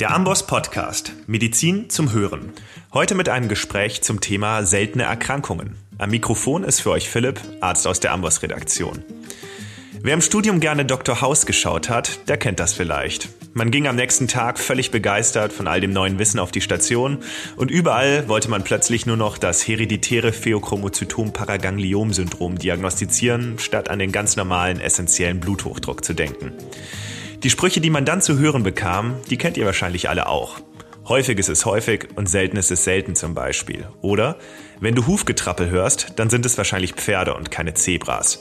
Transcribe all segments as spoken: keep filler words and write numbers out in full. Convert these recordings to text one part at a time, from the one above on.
Der Amboss Podcast Medizin zum Hören. Heute mit einem Gespräch zum Thema seltene Erkrankungen. Am Mikrofon ist für euch Philipp, Arzt aus der Amboss Redaktion. Wer im Studium gerne Doktor House geschaut hat, der kennt das vielleicht. Man ging am nächsten Tag völlig begeistert von all dem neuen Wissen auf die Station und überall wollte man plötzlich nur noch das hereditäre Pheochromozytom-Paragangliom-Syndrom diagnostizieren, statt an den ganz normalen essentiellen Bluthochdruck zu denken. Die Sprüche, die man dann zu hören bekam, die kennt ihr wahrscheinlich alle auch. Häufig ist es häufig und selten ist es selten zum Beispiel. Oder, wenn du Hufgetrappel hörst, dann sind es wahrscheinlich Pferde und keine Zebras.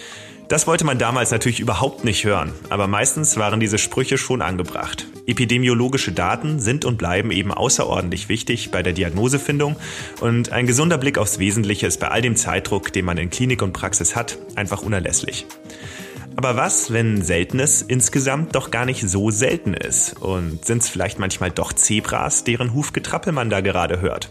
Das wollte man damals natürlich überhaupt nicht hören, aber meistens waren diese Sprüche schon angebracht. Epidemiologische Daten sind und bleiben eben außerordentlich wichtig bei der Diagnosefindung und ein gesunder Blick aufs Wesentliche ist bei all dem Zeitdruck, den man in Klinik und Praxis hat, einfach unerlässlich. Aber was, wenn Seltenes insgesamt doch gar nicht so selten ist? Und sind es vielleicht manchmal doch Zebras, deren Hufgetrappel man da gerade hört?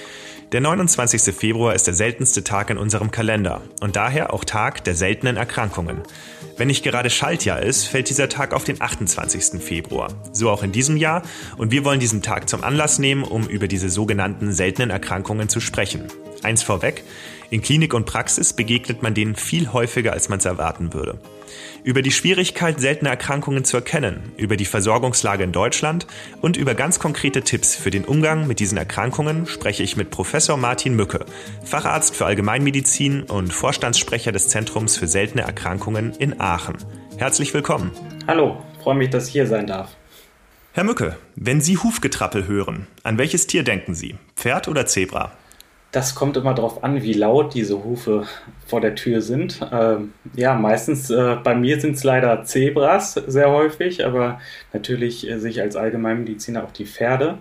Der neunundzwanzigster Februar ist der seltenste Tag in unserem Kalender und daher auch Tag der seltenen Erkrankungen. Wenn nicht gerade Schaltjahr ist, fällt dieser Tag auf den achtundzwanzigsten Februar. So auch in diesem Jahr und wir wollen diesen Tag zum Anlass nehmen, um über diese sogenannten seltenen Erkrankungen zu sprechen. Eins vorweg, in Klinik und Praxis begegnet man denen viel häufiger, als man es erwarten würde. Über die Schwierigkeit, seltene Erkrankungen zu erkennen, über die Versorgungslage in Deutschland und über ganz konkrete Tipps für den Umgang mit diesen Erkrankungen spreche ich mit Professor Martin Mücke, Facharzt für Allgemeinmedizin und Vorstandssprecher des Zentrums für seltene Erkrankungen in Aachen. Herzlich willkommen. Hallo, freue mich, dass ich hier sein darf. Herr Mücke, wenn Sie Hufgetrappel hören, an welches Tier denken Sie? Pferd oder Zebra? Das kommt immer darauf an, wie laut diese Hufe vor der Tür sind. Ähm, ja, meistens, äh, bei mir sind es leider Zebras sehr häufig, aber natürlich äh, sehe ich als Allgemeinmediziner auch die Pferde.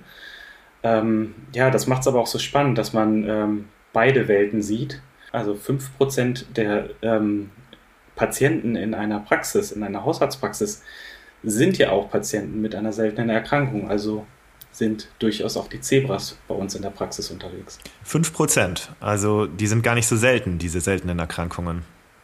Ähm, ja, das macht es aber auch so spannend, dass man ähm, beide Welten sieht. Also fünf Prozent der ähm, Patienten in einer Praxis, in einer Hausarztpraxis, sind ja auch Patienten mit einer seltenen Erkrankung. Also sind durchaus auch die Zebras bei uns in der Praxis unterwegs. Fünf Prozent, also die sind gar nicht so selten, diese seltenen Erkrankungen.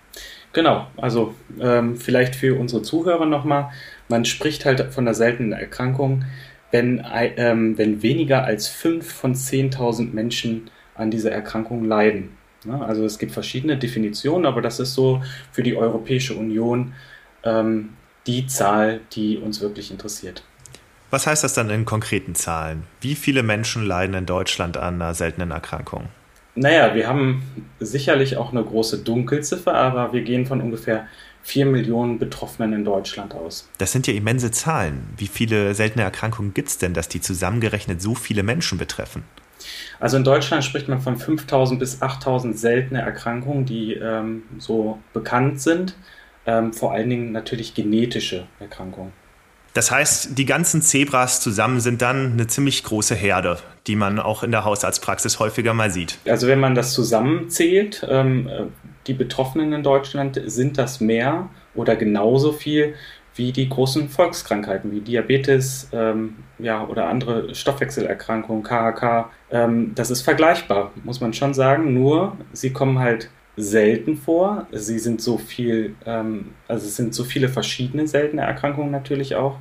Genau, also ähm, vielleicht für unsere Zuhörer nochmal, man spricht halt von der seltenen Erkrankung, wenn, ähm, wenn weniger als fünf von zehntausend Menschen an dieser Erkrankung leiden. Ja, also es gibt verschiedene Definitionen, aber das ist so für die Europäische Union ähm, die Zahl, die uns wirklich interessiert. Was heißt das dann in konkreten Zahlen? Wie viele Menschen leiden in Deutschland an einer seltenen Erkrankung? Naja, wir haben sicherlich auch eine große Dunkelziffer, aber wir gehen von ungefähr vier Millionen Betroffenen in Deutschland aus. Das sind ja immense Zahlen. Wie viele seltene Erkrankungen gibt es denn, dass die zusammengerechnet so viele Menschen betreffen? Also in Deutschland spricht man von fünftausend bis achttausend seltene Erkrankungen, die ähm, so bekannt sind. Ähm, vor allen Dingen natürlich genetische Erkrankungen. Das heißt, die ganzen Zebras zusammen sind dann eine ziemlich große Herde, die man auch in der Hausarztpraxis häufiger mal sieht. Also wenn man das zusammenzählt, ähm, die Betroffenen in Deutschland, sind das mehr oder genauso viel wie die großen Volkskrankheiten wie Diabetes ähm, ja, oder andere Stoffwechselerkrankungen, K H K. Ähm, das ist vergleichbar, muss man schon sagen, nur sie kommen halt selten vor. Sie sind so viel, ähm, also es sind so viele verschiedene seltene Erkrankungen natürlich auch.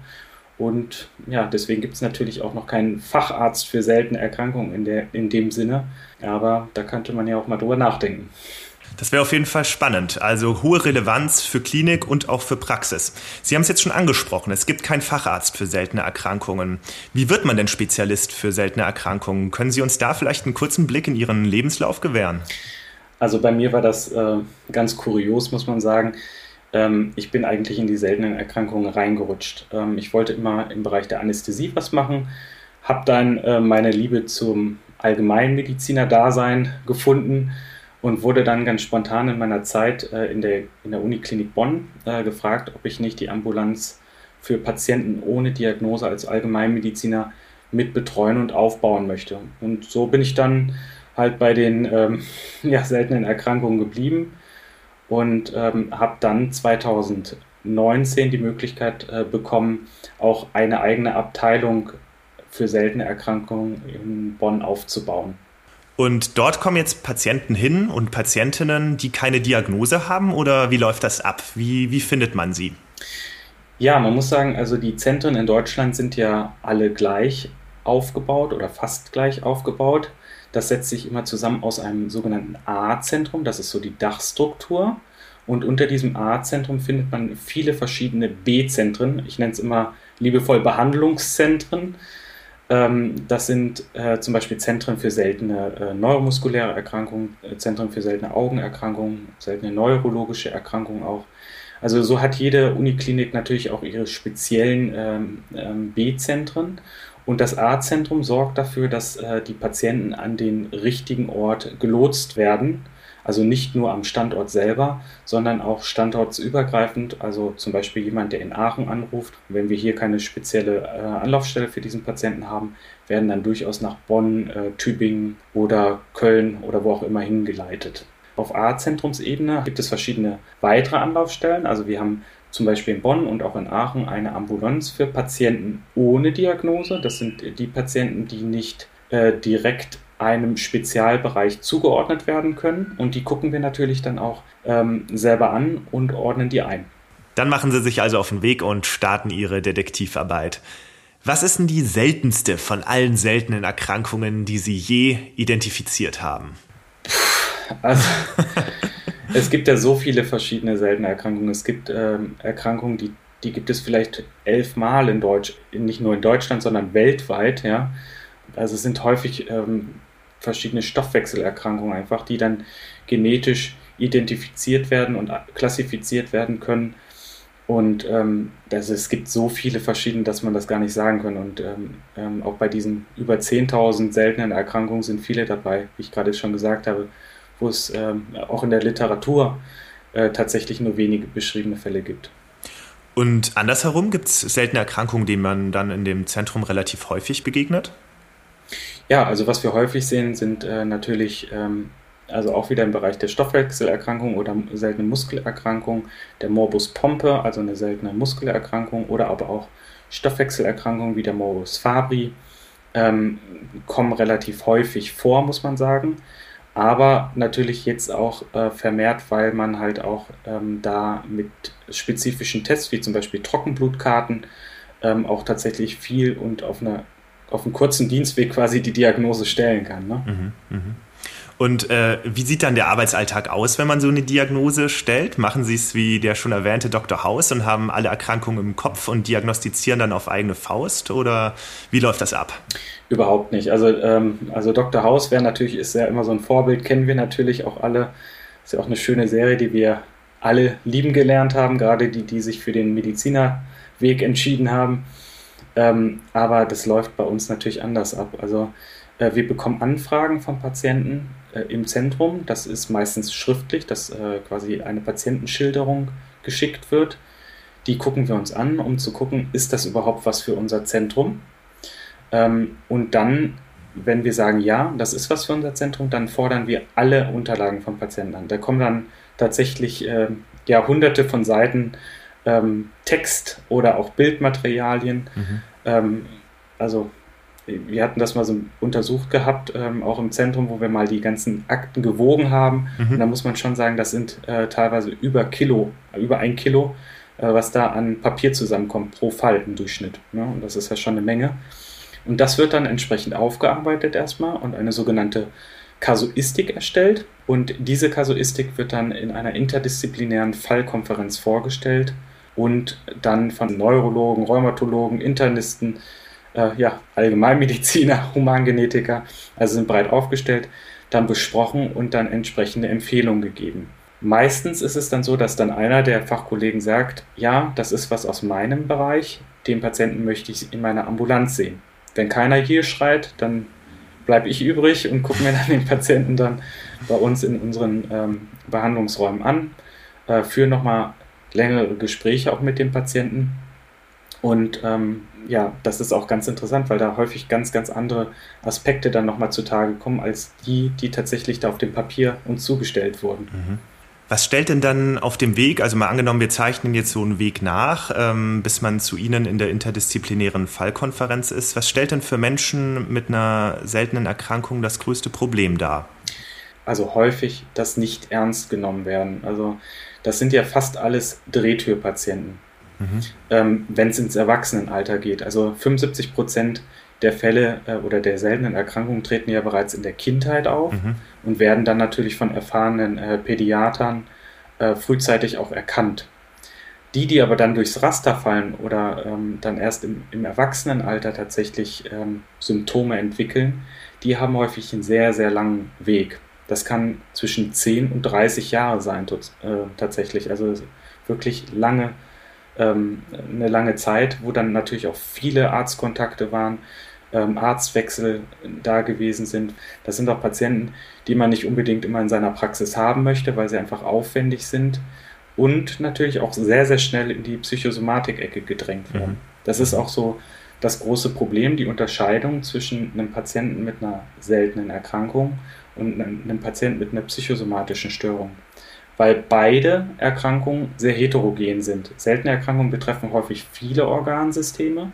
Und ja, deswegen gibt es natürlich auch noch keinen Facharzt für seltene Erkrankungen in, der, in dem Sinne. Aber da könnte man ja auch mal drüber nachdenken. Das wäre auf jeden Fall spannend. Also hohe Relevanz für Klinik und auch für Praxis. Sie haben es jetzt schon angesprochen, es gibt keinen Facharzt für seltene Erkrankungen. Wie wird man denn Spezialist für seltene Erkrankungen? Können Sie uns da vielleicht einen kurzen Blick in Ihren Lebenslauf gewähren? Also bei mir war das äh, ganz kurios, muss man sagen. Ähm, ich bin eigentlich in die seltenen Erkrankungen reingerutscht. Ähm, ich wollte immer im Bereich der Anästhesie was machen, habe dann äh, meine Liebe zum Allgemeinmediziner-Dasein gefunden und wurde dann ganz spontan in meiner Zeit äh, in der, in der Uniklinik Bonn äh, gefragt, ob ich nicht die Ambulanz für Patienten ohne Diagnose als Allgemeinmediziner mit betreuen und aufbauen möchte. Und so bin ich dann halt bei den ähm, ja, seltenen Erkrankungen geblieben und ähm, habe dann zweitausendneunzehn die Möglichkeit äh, bekommen, auch eine eigene Abteilung für seltene Erkrankungen in Bonn aufzubauen. Und dort kommen jetzt Patienten hin und Patientinnen, die keine Diagnose haben, oder wie läuft das ab? Wie, wie findet man sie? Ja, man muss sagen, also die Zentren in Deutschland sind ja alle gleich aufgebaut oder fast gleich aufgebaut. Das setzt sich immer zusammen aus einem sogenannten A-Zentrum, das ist so die Dachstruktur. Und unter diesem A-Zentrum findet man viele verschiedene B-Zentren. Ich nenne es immer liebevoll Behandlungszentren. Ähm, das sind äh, zum Beispiel Zentren für seltene äh, neuromuskuläre Erkrankungen, äh, Zentren für seltene Augenerkrankungen, seltene neurologische Erkrankungen auch. Also so hat jede Uniklinik natürlich auch ihre speziellen ähm, ähm, B-Zentren. Und das A-Zentrum sorgt dafür, dass äh, die Patienten an den richtigen Ort gelotst werden. Also nicht nur am Standort selber, sondern auch standortsübergreifend. Also zum Beispiel jemand, der in Aachen anruft. Und wenn wir hier keine spezielle äh, Anlaufstelle für diesen Patienten haben, werden dann durchaus nach Bonn, äh, Tübingen oder Köln oder wo auch immer hingeleitet. Auf A-Zentrumsebene gibt es verschiedene weitere Anlaufstellen. Also wir haben zum Beispiel in Bonn und auch in Aachen eine Ambulanz für Patienten ohne Diagnose. Das sind die Patienten, die nicht äh, direkt einem Spezialbereich zugeordnet werden können. Und die gucken wir natürlich dann auch ähm, selber an und ordnen die ein. Dann machen Sie sich also auf den Weg und starten Ihre Detektivarbeit. Was ist denn die seltenste von allen seltenen Erkrankungen, die Sie je identifiziert haben? Also, es gibt ja so viele verschiedene seltene Erkrankungen. Es gibt ähm, Erkrankungen, die, die gibt es vielleicht elfmal in Deutsch, nicht nur in Deutschland, sondern weltweit. Ja? Also es sind häufig ähm, verschiedene Stoffwechselerkrankungen einfach, die dann genetisch identifiziert werden und klassifiziert werden können. Und ähm, also es gibt so viele verschiedene, dass man das gar nicht sagen kann. Und ähm, ähm, auch bei diesen über zehntausend seltenen Erkrankungen sind viele dabei, wie ich gerade schon gesagt habe, wo es ähm, auch in der Literatur äh, tatsächlich nur wenige beschriebene Fälle gibt. Und andersherum gibt es seltene Erkrankungen, denen man dann in dem Zentrum relativ häufig begegnet? Ja, also was wir häufig sehen, sind äh, natürlich, ähm, also auch wieder im Bereich der Stoffwechselerkrankung oder seltene Muskelerkrankung, der Morbus Pompe, also eine seltene Muskelerkrankung, oder aber auch Stoffwechselerkrankungen wie der Morbus Fabry, ähm, kommen relativ häufig vor, muss man sagen. Aber natürlich jetzt auch äh, vermehrt, weil man halt auch ähm, da mit spezifischen Tests, wie zum Beispiel Trockenblutkarten, ähm, auch tatsächlich viel und auf, eine, auf einem kurzen Dienstweg quasi die Diagnose stellen kann. Ne? Mhm, mh. Und äh, wie sieht dann der Arbeitsalltag aus, wenn man so eine Diagnose stellt? Machen Sie es wie der schon erwähnte Doktor Haus und haben alle Erkrankungen im Kopf und diagnostizieren dann auf eigene Faust? Oder wie läuft das ab? Überhaupt nicht. Also, ähm, also Doktor Haus wäre natürlich, ist ja immer so ein Vorbild, kennen wir natürlich auch alle. Ist ja auch eine schöne Serie, die wir alle lieben gelernt haben, gerade die, die sich für den Medizinerweg entschieden haben. Ähm, aber das läuft bei uns natürlich anders ab. Also äh, wir bekommen Anfragen von Patienten äh, im Zentrum. Das ist meistens schriftlich, dass äh, quasi eine Patientenschilderung geschickt wird. Die gucken wir uns an, um zu gucken, ist das überhaupt was für unser Zentrum? Ähm, und dann, wenn wir sagen, ja, das ist was für unser Zentrum, dann fordern wir alle Unterlagen vom Patienten an. Da kommen dann tatsächlich äh, ja, hunderte von Seiten ähm, Text oder auch Bildmaterialien. Mhm. Ähm, also wir hatten das mal so untersucht gehabt, ähm, auch im Zentrum, wo wir mal die ganzen Akten gewogen haben. Mhm. Und da muss man schon sagen, das sind äh, teilweise über Kilo, über ein Kilo, äh, was da an Papier zusammenkommt pro Fall im Durchschnitt. Ne? Und das ist ja schon eine Menge. Und das wird dann entsprechend aufgearbeitet erstmal und eine sogenannte Kasuistik erstellt. Und diese Kasuistik wird dann in einer interdisziplinären Fallkonferenz vorgestellt und dann von Neurologen, Rheumatologen, Internisten, äh, ja, Allgemeinmediziner, Humangenetiker, also sind breit aufgestellt, dann besprochen und dann entsprechende Empfehlungen gegeben. Meistens ist es dann so, dass dann einer der Fachkollegen sagt, ja, das ist was aus meinem Bereich, den Patienten möchte ich in meiner Ambulanz sehen. Wenn keiner hier schreit, dann bleibe ich übrig und gucke mir dann den Patienten dann bei uns in unseren ähm, Behandlungsräumen an, äh, führe nochmal längere Gespräche auch mit dem Patienten. Und ähm, ja, das ist auch ganz interessant, weil da häufig ganz, ganz andere Aspekte dann nochmal zutage kommen, als die, die tatsächlich da auf dem Papier uns zugestellt wurden. Mhm. Was stellt denn dann auf dem Weg, also mal angenommen, wir zeichnen jetzt so einen Weg nach, ähm, bis man zu Ihnen in der interdisziplinären Fallkonferenz ist, was stellt denn für Menschen mit einer seltenen Erkrankung das größte Problem dar? Also häufig das nicht ernst genommen werden. Also das sind ja fast alles Drehtürpatienten. mhm. ähm, wenn es ins Erwachsenenalter geht. Also fünfundsiebzig Prozent der Fälle äh, oder der seltenen Erkrankungen treten ja bereits in der Kindheit auf mhm. und werden dann natürlich von erfahrenen äh, Pädiatern äh, frühzeitig auch erkannt. Die, die aber dann durchs Raster fallen oder ähm, dann erst im, im Erwachsenenalter tatsächlich ähm, Symptome entwickeln, die haben häufig einen sehr, sehr langen Weg. Das kann zwischen zehn und dreißig Jahre sein äh, tatsächlich. Also wirklich lange, ähm, eine lange Zeit, wo dann natürlich auch viele Arztkontakte waren, ähm, Arztwechsel da gewesen sind. Das sind auch Patienten, die man nicht unbedingt immer in seiner Praxis haben möchte, weil sie einfach aufwendig sind. Und natürlich auch sehr, sehr schnell in die Psychosomatik-Ecke gedrängt werden. Mhm. Das ist auch so das große Problem, die Unterscheidung zwischen einem Patienten mit einer seltenen Erkrankung und einem Patienten mit einer psychosomatischen Störung. Weil beide Erkrankungen sehr heterogen sind. Seltene Erkrankungen betreffen häufig viele Organsysteme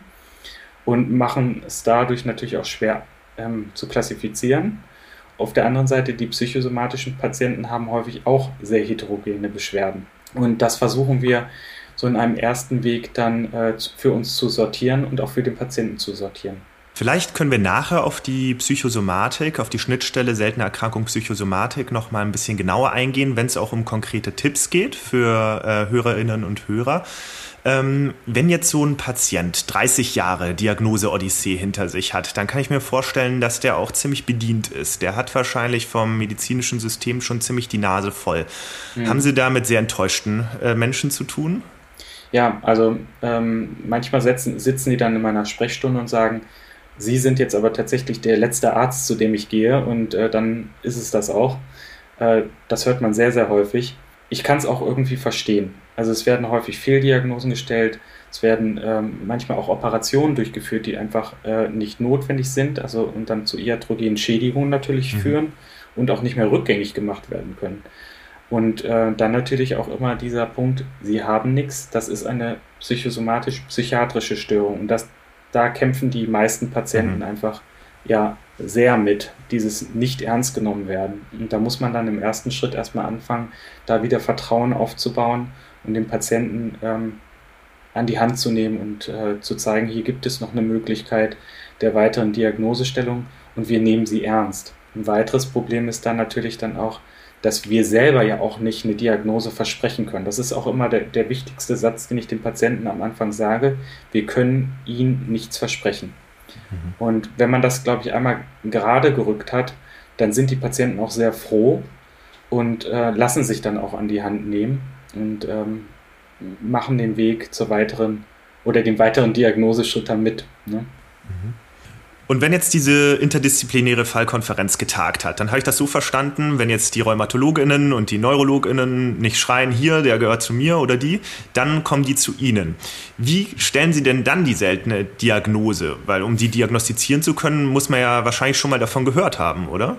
und machen es dadurch natürlich auch schwer ähm, zu klassifizieren. Auf der anderen Seite, die psychosomatischen Patienten haben häufig auch sehr heterogene Beschwerden. Und das versuchen wir so in einem ersten Weg dann äh, für uns zu sortieren und auch für den Patienten zu sortieren. Vielleicht können wir nachher auf die Psychosomatik, auf die Schnittstelle seltene Erkrankung Psychosomatik noch mal ein bisschen genauer eingehen, wenn es auch um konkrete Tipps geht für äh, Hörerinnen und Hörer. Ähm, wenn jetzt so ein Patient dreißig Jahre Diagnose-Odyssee hinter sich hat, dann kann ich mir vorstellen, dass der auch ziemlich bedient ist. Der hat wahrscheinlich vom medizinischen System schon ziemlich die Nase voll. Mhm. Haben Sie da mit sehr enttäuschten äh, Menschen zu tun? Ja, also ähm, manchmal sitzen, sitzen die dann in meiner Sprechstunde und sagen, Sie sind jetzt aber tatsächlich der letzte Arzt, zu dem ich gehe, und äh, dann ist es das auch. Äh, das hört man sehr, sehr häufig. Ich kann es auch irgendwie verstehen. Also es werden häufig Fehldiagnosen gestellt, es werden ähm, manchmal auch Operationen durchgeführt, die einfach äh, nicht notwendig sind, also und dann zu iatrogenen Schädigungen natürlich mhm. führen und auch nicht mehr rückgängig gemacht werden können. Und äh, dann natürlich auch immer dieser Punkt, Sie haben nichts, das ist eine psychosomatisch-psychiatrische Störung, und das, da kämpfen die meisten Patienten mhm. einfach ja sehr mit, dieses nicht ernst genommen werden. Und da muss man dann im ersten Schritt erstmal anfangen, da wieder Vertrauen aufzubauen und den Patienten ähm, an die Hand zu nehmen und äh, zu zeigen, hier gibt es noch eine Möglichkeit der weiteren Diagnosestellung und wir nehmen sie ernst. Ein weiteres Problem ist dann natürlich dann auch, dass wir selber ja auch nicht eine Diagnose versprechen können. Das ist auch immer der, der wichtigste Satz, den ich dem Patienten am Anfang sage. Wir können ihm nichts versprechen. Mhm. Und wenn man das, glaube ich, einmal gerade gerückt hat, dann sind die Patienten auch sehr froh und äh, lassen sich dann auch an die Hand nehmen und ähm, machen den Weg zur weiteren oder dem weiteren Diagnoseschritt dann mit. Ne? Mhm. Und wenn jetzt diese interdisziplinäre Fallkonferenz getagt hat, dann habe ich das so verstanden, wenn jetzt die RheumatologInnen und die NeurologInnen nicht schreien, hier, der gehört zu mir oder die, dann kommen die zu Ihnen. Wie stellen Sie denn dann die seltene Diagnose? Weil um die diagnostizieren zu können, muss man ja wahrscheinlich schon mal davon gehört haben, oder?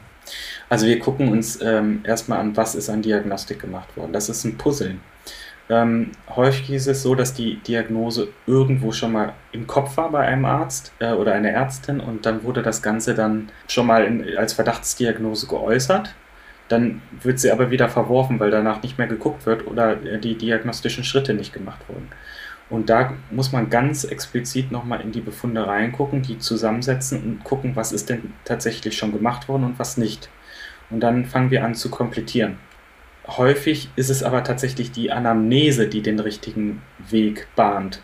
Also wir gucken uns ähm, erstmal an, was ist an Diagnostik gemacht worden. Das ist ein Puzzeln. Ähm, häufig ist es so, dass die Diagnose irgendwo schon mal im Kopf war bei einem Arzt äh, oder einer Ärztin, und dann wurde das Ganze dann schon mal in, als Verdachtsdiagnose geäußert. Dann wird sie aber wieder verworfen, weil danach nicht mehr geguckt wird oder die diagnostischen Schritte nicht gemacht wurden. Und da muss man ganz explizit nochmal in die Befunde reingucken, die zusammensetzen und gucken, was ist denn tatsächlich schon gemacht worden und was nicht. Und dann fangen wir an zu komplettieren. Häufig ist es aber tatsächlich die Anamnese, die den richtigen Weg bahnt.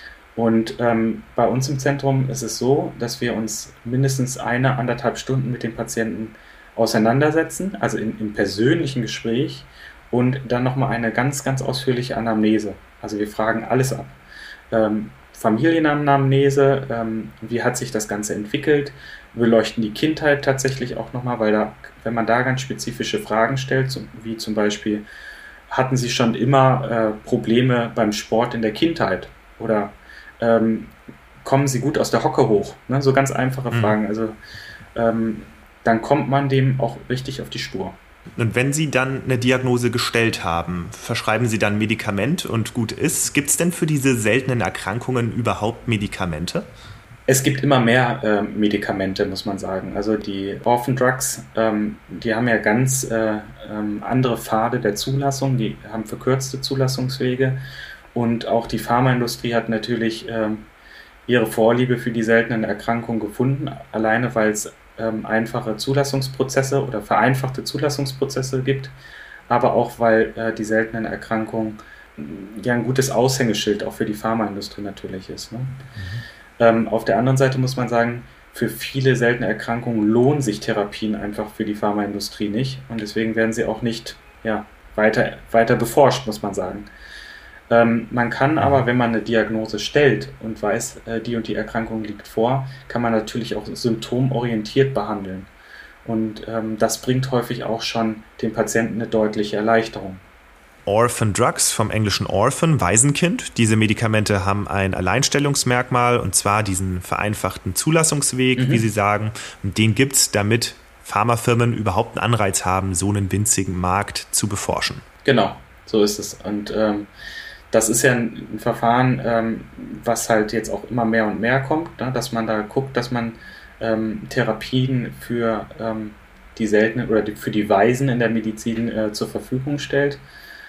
Und ähm, bei uns im Zentrum ist es so, dass wir uns mindestens eine, anderthalb Stunden mit dem Patienten auseinandersetzen, also in, im persönlichen Gespräch, und dann nochmal eine ganz, ganz ausführliche Anamnese. Also wir fragen alles ab. Ähm, Familienanamnese, ähm, wie hat sich das Ganze entwickelt? Wir beleuchten die Kindheit tatsächlich auch nochmal, weil da, wenn man da ganz spezifische Fragen stellt, wie zum Beispiel, hatten Sie schon immer äh, Probleme beim Sport in der Kindheit? Oder ähm, kommen Sie gut aus der Hocke hoch? Ne? So ganz einfache mhm. Fragen. Also ähm, dann kommt man dem auch richtig auf die Spur. Und wenn Sie dann eine Diagnose gestellt haben, verschreiben Sie dann Medikament und gut ist. Gibt es denn für diese seltenen Erkrankungen überhaupt Medikamente? Es gibt immer mehr äh, Medikamente, muss man sagen. Also die Orphan Drugs, ähm, die haben ja ganz äh, ähm, andere Pfade der Zulassung, die haben verkürzte Zulassungswege. Und auch die Pharmaindustrie hat natürlich ähm, ihre Vorliebe für die seltenen Erkrankungen gefunden, alleine weil es ähm, einfache Zulassungsprozesse oder vereinfachte Zulassungsprozesse gibt, aber auch weil äh, die seltenen Erkrankungen ja ein gutes Aushängeschild auch für die Pharmaindustrie natürlich ist. Ne? Mhm. Ähm, auf der anderen Seite muss man sagen, für viele seltene Erkrankungen lohnen sich Therapien einfach für die Pharmaindustrie nicht und deswegen werden sie auch nicht ja, weiter, weiter beforscht, muss man sagen. Ähm, man kann aber, wenn man eine Diagnose stellt und weiß, äh, die und die Erkrankung liegt vor, kann man natürlich auch symptomorientiert behandeln. Und ähm, das bringt häufig auch schon dem Patienten eine deutliche Erleichterung. Orphan Drugs, vom englischen Orphan, Waisenkind. Diese Medikamente haben ein Alleinstellungsmerkmal, und zwar diesen vereinfachten Zulassungsweg, mhm. wie Sie sagen. Und den gibt es, damit Pharmafirmen überhaupt einen Anreiz haben, so einen winzigen Markt zu beforschen. Genau, so ist es. Und ähm, das ist ja ein, ein Verfahren, ähm, was halt jetzt auch immer mehr und mehr kommt, ne? Dass man da guckt, dass man ähm, Therapien für ähm, die seltenen oder die, für die Waisen in der Medizin äh, zur Verfügung stellt.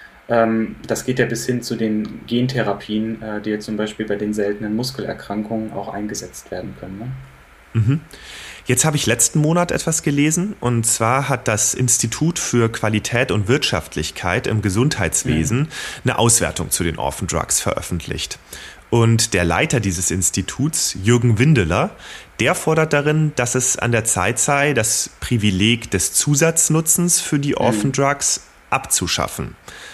Ähm, das geht ja bis hin zu den Gentherapien, äh, die jetzt zum Beispiel bei den seltenen Muskelerkrankungen auch eingesetzt werden können. Ne? Mhm. Jetzt habe ich letzten Monat etwas gelesen, und zwar hat das Institut für Qualität und Wirtschaftlichkeit im Gesundheitswesen mhm. eine Auswertung zu den Orphan Drugs veröffentlicht. Und der Leiter dieses Instituts, Jürgen Windeler, der fordert darin, dass es an der Zeit sei, das Privileg des Zusatznutzens für die Orphan Drugs abzuschaffen.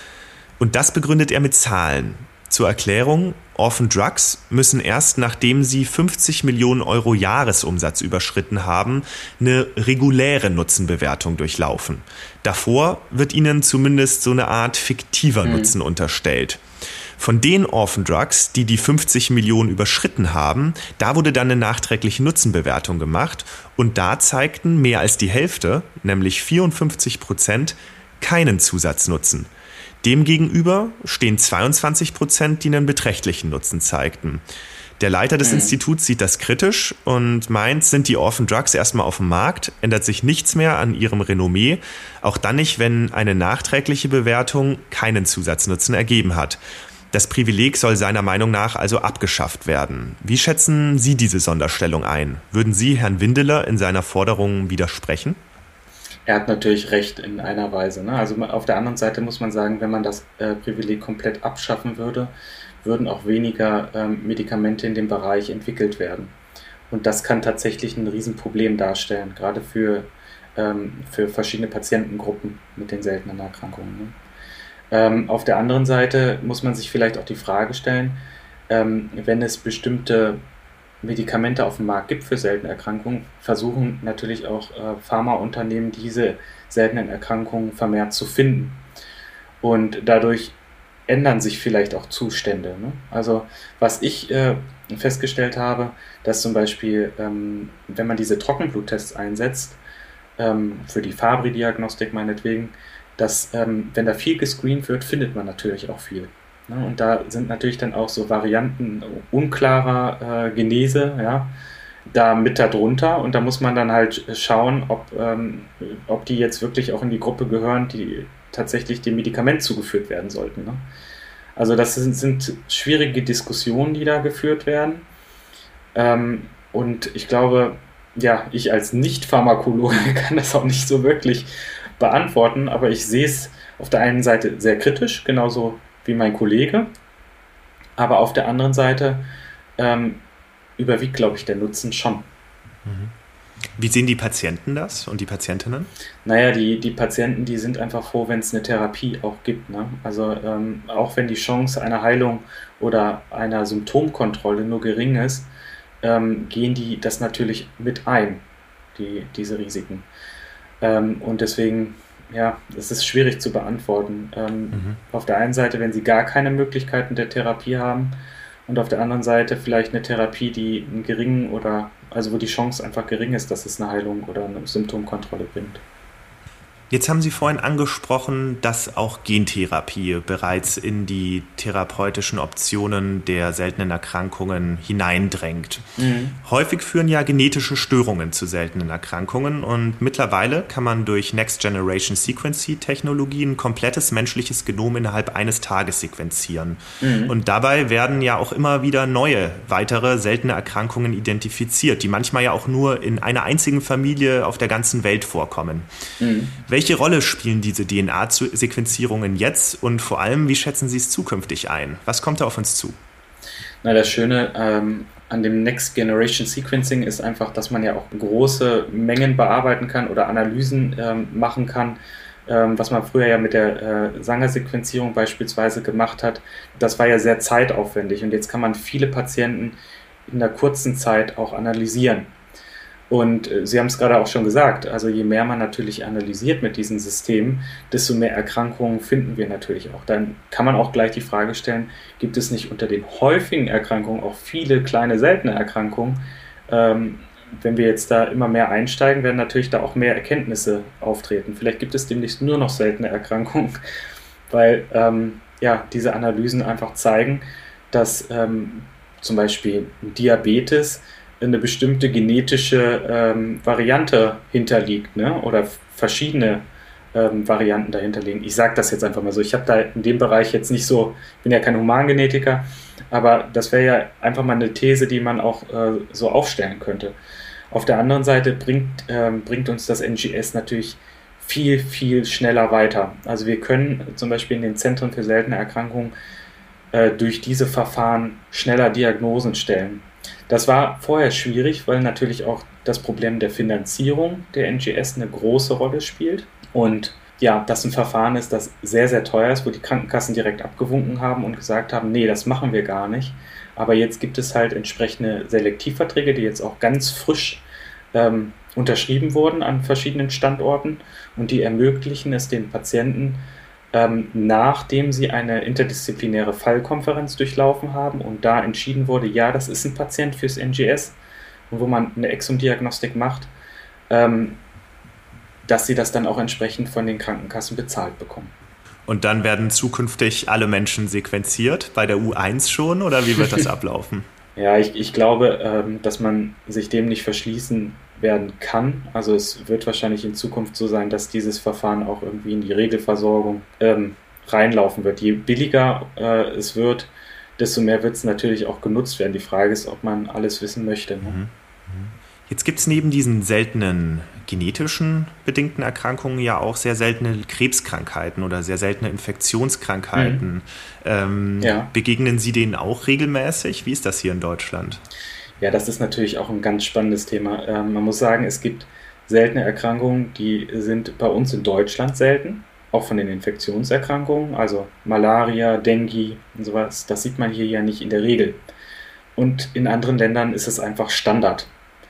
Und das begründet er mit Zahlen. Zur Erklärung: Orphan Drugs müssen erst, nachdem sie fünfzig Millionen Euro Jahresumsatz überschritten haben, eine reguläre Nutzenbewertung durchlaufen. Davor wird ihnen zumindest so eine Art fiktiver mhm. Nutzen unterstellt. Von den Orphan Drugs, die die fünfzig Millionen überschritten haben, da wurde dann eine nachträgliche Nutzenbewertung gemacht, und da zeigten mehr als die Hälfte, nämlich vierundfünfzig Prozent, keinen Zusatznutzen. Demgegenüber stehen zweiundzwanzig Prozent, die einen beträchtlichen Nutzen zeigten. Der Leiter des mhm. Instituts sieht das kritisch und meint, sind die Orphan Drugs erstmal auf dem Markt, ändert sich nichts mehr an ihrem Renommee, auch dann nicht, wenn eine nachträgliche Bewertung keinen Zusatznutzen ergeben hat. Das Privileg soll seiner Meinung nach also abgeschafft werden. Wie schätzen Sie diese Sonderstellung ein? Würden Sie Herrn Windeler in seiner Forderung widersprechen? Er hat natürlich recht in einer Weise. Ne? Also auf der anderen Seite muss man sagen, wenn man das äh, Privileg komplett abschaffen würde, würden auch weniger ähm, Medikamente in dem Bereich entwickelt werden. Und das kann tatsächlich ein Riesenproblem darstellen, gerade für, ähm, für verschiedene Patientengruppen mit den seltenen Erkrankungen. Ne? Ähm, auf der anderen Seite muss man sich vielleicht auch die Frage stellen, ähm, wenn es bestimmte Medikamente auf dem Markt gibt für seltene Erkrankungen, versuchen natürlich auch äh, Pharmaunternehmen, diese seltenen Erkrankungen vermehrt zu finden. Und dadurch ändern sich vielleicht auch Zustände. Ne? Also was ich äh, festgestellt habe, dass zum Beispiel, ähm, wenn man diese Trockenbluttests einsetzt, ähm, für die Fabry-Diagnostik meinetwegen, dass ähm, wenn da viel gescreent wird, findet man natürlich auch viel. Und da sind natürlich dann auch so Varianten unklarer äh, Genese, ja, da mit darunter. Und da muss man dann halt schauen, ob, ähm, ob die jetzt wirklich auch in die Gruppe gehören, die tatsächlich dem Medikament zugeführt werden sollten. Ne? Also das sind, sind schwierige Diskussionen, die da geführt werden. Ähm, und ich glaube, ja, ich als Nicht-Pharmakologe kann das auch nicht so wirklich beantworten, aber ich sehe es auf der einen Seite sehr kritisch, genauso wie mein Kollege, aber auf der anderen Seite ähm, überwiegt, glaube ich, der Nutzen schon. Wie sehen die Patienten das und die Patientinnen? Naja, die, die Patienten, die sind einfach froh, wenn es eine Therapie auch gibt. Ne? Also ähm, auch wenn die Chance einer Heilung oder einer Symptomkontrolle nur gering ist, ähm, gehen die das natürlich mit ein, die, diese Risiken. Ähm, und deswegen Ja, es ist schwierig zu beantworten. Ähm, mhm. Auf der einen Seite, wenn sie gar keine Möglichkeiten der Therapie haben, und auf der anderen Seite vielleicht eine Therapie, die einen geringen oder, also wo die Chance einfach gering ist, dass es eine Heilung oder eine Symptomkontrolle bringt. Jetzt haben Sie vorhin angesprochen, dass auch Gentherapie bereits in die therapeutischen Optionen der seltenen Erkrankungen hineindrängt. Mhm. Häufig führen ja genetische Störungen zu seltenen Erkrankungen und mittlerweile kann man durch Next-Generation-Sequencing-Technologie ein komplettes menschliches Genom innerhalb eines Tages sequenzieren. Mhm. Und dabei werden ja auch immer wieder neue, weitere seltene Erkrankungen identifiziert, die manchmal ja auch nur in einer einzigen Familie auf der ganzen Welt vorkommen. Mhm. Welche Rolle spielen diese D N A-Sequenzierungen jetzt und vor allem, wie schätzen Sie es zukünftig ein? Was kommt da auf uns zu? Na, das Schöne ähm, an dem Next Generation Sequencing ist einfach, dass man ja auch große Mengen bearbeiten kann oder Analysen ähm, machen kann, ähm, was man früher ja mit der äh, Sanger-Sequenzierung beispielsweise gemacht hat. Das war ja sehr zeitaufwendig und jetzt kann man viele Patienten in einer kurzen Zeit auch analysieren. Und Sie haben es gerade auch schon gesagt, also je mehr man natürlich analysiert mit diesen Systemen, desto mehr Erkrankungen finden wir natürlich auch. Dann kann man auch gleich die Frage stellen, gibt es nicht unter den häufigen Erkrankungen auch viele kleine seltene Erkrankungen? Ähm, wenn wir jetzt da immer mehr einsteigen, werden natürlich da auch mehr Erkenntnisse auftreten. Vielleicht gibt es demnächst nur noch seltene Erkrankungen, weil ähm, ja, diese Analysen einfach zeigen, dass ähm, zum Beispiel Diabetes eine bestimmte genetische ähm, Variante hinterliegt, ne? Oder verschiedene ähm, Varianten dahinter liegen. Ich sage das jetzt einfach mal so. Ich habe da in dem Bereich jetzt nicht so, bin ja kein Humangenetiker, aber das wäre ja einfach mal eine These, die man auch äh, so aufstellen könnte. Auf der anderen Seite bringt, ähm, bringt uns das N G S natürlich viel, viel schneller weiter. Also wir können zum Beispiel in den Zentren für seltene Erkrankungen äh, durch diese Verfahren schneller Diagnosen stellen. Das war vorher schwierig, weil natürlich auch das Problem der Finanzierung der N G S eine große Rolle spielt. Und ja, das ein Verfahren ist, das sehr, sehr teuer ist, wo die Krankenkassen direkt abgewunken haben und gesagt haben, nee, das machen wir gar nicht. Aber jetzt gibt es halt entsprechende Selektivverträge, die jetzt auch ganz frisch ähm, unterschrieben wurden an verschiedenen Standorten und die ermöglichen es den Patienten, Ähm, nachdem sie eine interdisziplinäre Fallkonferenz durchlaufen haben und da entschieden wurde, ja, das ist ein Patient fürs N G S und wo man eine Exomdiagnostik macht, ähm, dass sie das dann auch entsprechend von den Krankenkassen bezahlt bekommen. Und dann werden zukünftig alle Menschen sequenziert, bei der U eins schon, oder wie wird das ablaufen? Ja, ich, ich glaube, ähm, dass man sich dem nicht verschließen werden kann. Also es wird wahrscheinlich in Zukunft so sein, dass dieses Verfahren auch irgendwie in die Regelversorgung ähm, reinlaufen wird. Je billiger äh, es wird, desto mehr wird es natürlich auch genutzt werden. Die Frage ist, ob man alles wissen möchte. Ne? Mhm. Jetzt gibt es neben diesen seltenen genetischen bedingten Erkrankungen ja auch sehr seltene Krebskrankheiten oder sehr seltene Infektionskrankheiten. Mhm. Ähm, ja. Begegnen Sie denen auch regelmäßig? Wie ist das hier in Deutschland? Ja, das ist natürlich auch ein ganz spannendes Thema. Ähm, man muss sagen, es gibt seltene Erkrankungen, die sind bei uns in Deutschland selten, auch von den Infektionserkrankungen, also Malaria, Dengue und sowas. Das sieht man hier ja nicht in der Regel. Und in anderen Ländern ist es einfach Standard.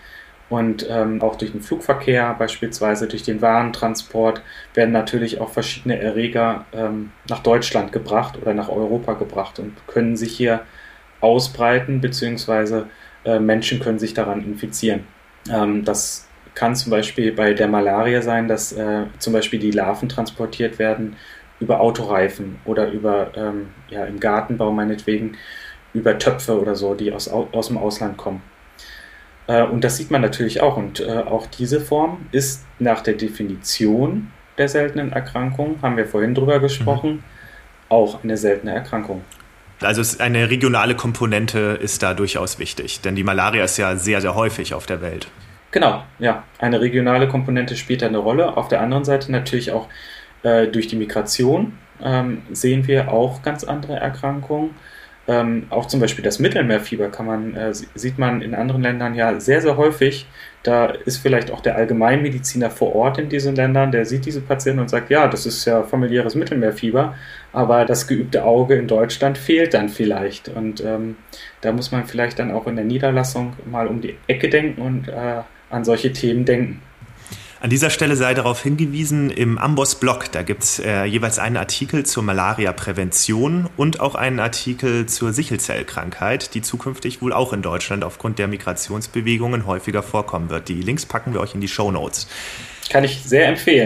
Und ähm, auch durch den Flugverkehr, beispielsweise durch den Warentransport, werden natürlich auch verschiedene Erreger ähm, nach Deutschland gebracht oder nach Europa gebracht und können sich hier ausbreiten, beziehungsweise äh, Menschen können sich daran infizieren. Ähm, das kann zum Beispiel bei der Malaria sein, dass äh, zum Beispiel die Larven transportiert werden über Autoreifen oder über ähm, ja, im Gartenbau meinetwegen über Töpfe oder so, die aus, aus dem Ausland kommen. Und das sieht man natürlich auch. Und äh, auch diese Form ist nach der Definition der seltenen Erkrankung, haben wir vorhin drüber gesprochen, mhm. auch eine seltene Erkrankung. Also eine regionale Komponente ist da durchaus wichtig, denn die Malaria ist ja sehr, sehr häufig auf der Welt. Genau, ja. Eine regionale Komponente spielt da eine Rolle. Auf der anderen Seite natürlich auch äh, durch die Migration ähm, sehen wir auch ganz andere Erkrankungen. Ähm, auch zum Beispiel das Mittelmeerfieber kann man, äh, sieht man in anderen Ländern ja sehr, sehr häufig. Da ist vielleicht auch der Allgemeinmediziner vor Ort in diesen Ländern, der sieht diese Patienten und sagt, ja, das ist ja familiäres Mittelmeerfieber, aber das geübte Auge in Deutschland fehlt dann vielleicht. Und ähm, da muss man vielleicht dann auch in der Niederlassung mal um die Ecke denken und äh, an solche Themen denken. An dieser Stelle sei darauf hingewiesen, im Amboss-Blog, da gibt es äh, jeweils einen Artikel zur Malaria-Prävention und auch einen Artikel zur Sichelzellkrankheit, die zukünftig wohl auch in Deutschland aufgrund der Migrationsbewegungen häufiger vorkommen wird. Die Links packen wir euch in die Shownotes. Kann ich sehr empfehlen.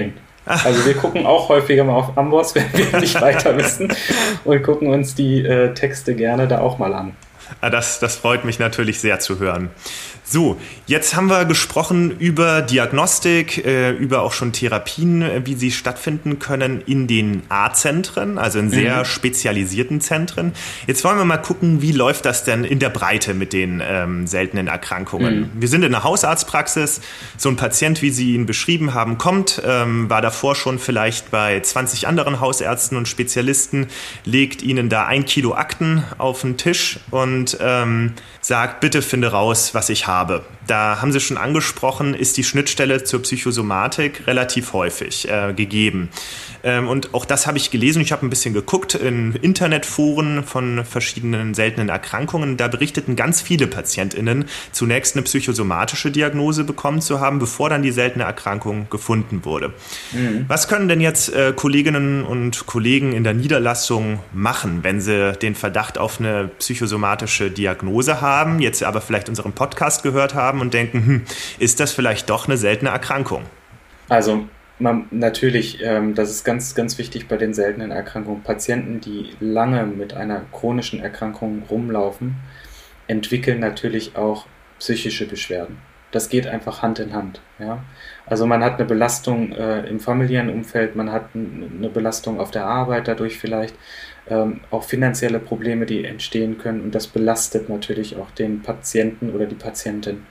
Also wir gucken auch häufiger mal auf Amboss, wenn wir nicht weiter wissen, und gucken uns die äh, Texte gerne da auch mal an. Das, das freut mich natürlich sehr zu hören. So, jetzt haben wir gesprochen über Diagnostik, äh, über auch schon Therapien, äh, wie sie stattfinden können in den A-Zentren, also in sehr mhm. spezialisierten Zentren. Jetzt wollen wir mal gucken, wie läuft das denn in der Breite mit den ähm, seltenen Erkrankungen. Mhm. Wir sind in einer Hausarztpraxis. So ein Patient, wie Sie ihn beschrieben haben, kommt, ähm, war davor schon vielleicht bei zwanzig anderen Hausärzten und Spezialisten, legt ihnen da ein Kilo Akten auf den Tisch und ähm, sagt, bitte finde raus, was ich habe. Da haben Sie schon angesprochen, ist die Schnittstelle zur Psychosomatik relativ häufig äh, gegeben. Ähm, und auch das habe ich gelesen. Ich habe ein bisschen geguckt in Internetforen von verschiedenen seltenen Erkrankungen. Da berichteten ganz viele PatientInnen, zunächst eine psychosomatische Diagnose bekommen zu haben, bevor dann die seltene Erkrankung gefunden wurde. Mhm. Was können denn jetzt äh, Kolleginnen und Kollegen in der Niederlassung machen, wenn sie den Verdacht auf eine psychosomatische Diagnose haben, jetzt aber vielleicht unseren Podcast gehört haben und denken, hm, ist das vielleicht doch eine seltene Erkrankung? Also man, natürlich, ähm, das ist ganz, ganz wichtig bei den seltenen Erkrankungen. Patienten, die lange mit einer chronischen Erkrankung rumlaufen, entwickeln natürlich auch psychische Beschwerden. Das geht einfach Hand in Hand. Ja? Also man hat eine Belastung äh, im familiären Umfeld, man hat eine Belastung auf der Arbeit dadurch vielleicht, ähm, auch finanzielle Probleme, die entstehen können, und das belastet natürlich auch den Patienten oder die Patientin.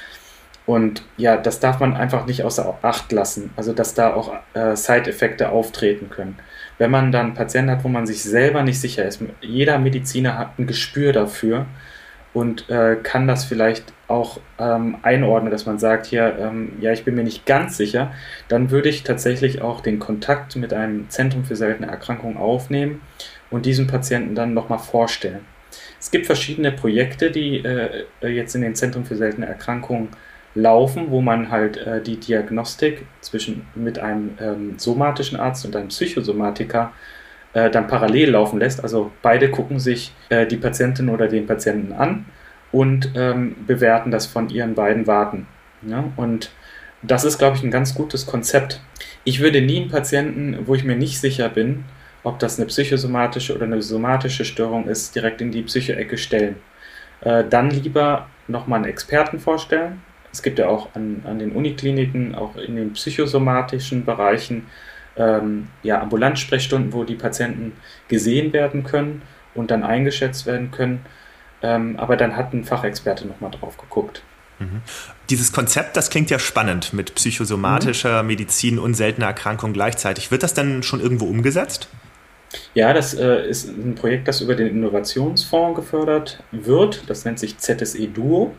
Und ja, das darf man einfach nicht außer Acht lassen, also dass da auch äh, Side-Effekte auftreten können. Wenn man dann einen Patienten hat, wo man sich selber nicht sicher ist, jeder Mediziner hat ein Gespür dafür und äh, kann das vielleicht auch ähm, einordnen, dass man sagt, hier, ähm, ja, ich bin mir nicht ganz sicher, dann würde ich tatsächlich auch den Kontakt mit einem Zentrum für seltene Erkrankungen aufnehmen und diesen Patienten dann nochmal vorstellen. Es gibt verschiedene Projekte, die äh, jetzt in den Zentren für seltene Erkrankungen laufen, wo man halt äh, die Diagnostik zwischen mit einem ähm, somatischen Arzt und einem Psychosomatiker äh, dann parallel laufen lässt. Also beide gucken sich äh, die Patientin oder den Patienten an und ähm, bewerten das von ihren beiden Warten. Ja? Und das ist, glaube ich, ein ganz gutes Konzept. Ich würde nie einen Patienten, wo ich mir nicht sicher bin, ob das eine psychosomatische oder eine somatische Störung ist, direkt in die Psycho-Ecke stellen. Äh, dann lieber nochmal einen Experten vorstellen. Es gibt ja auch an, an den Unikliniken, auch in den psychosomatischen Bereichen, ähm, ja, Ambulanzsprechstunden, wo die Patienten gesehen werden können und dann eingeschätzt werden können. Ähm, aber dann hat ein Fachexperte nochmal drauf geguckt. Mhm. Dieses Konzept, das klingt ja spannend mit psychosomatischer mhm. Medizin und seltener Erkrankung gleichzeitig. Wird das dann schon irgendwo umgesetzt? Ja, das äh, ist ein Projekt, das über den Innovationsfonds gefördert wird. Das nennt sich Z S E Duo.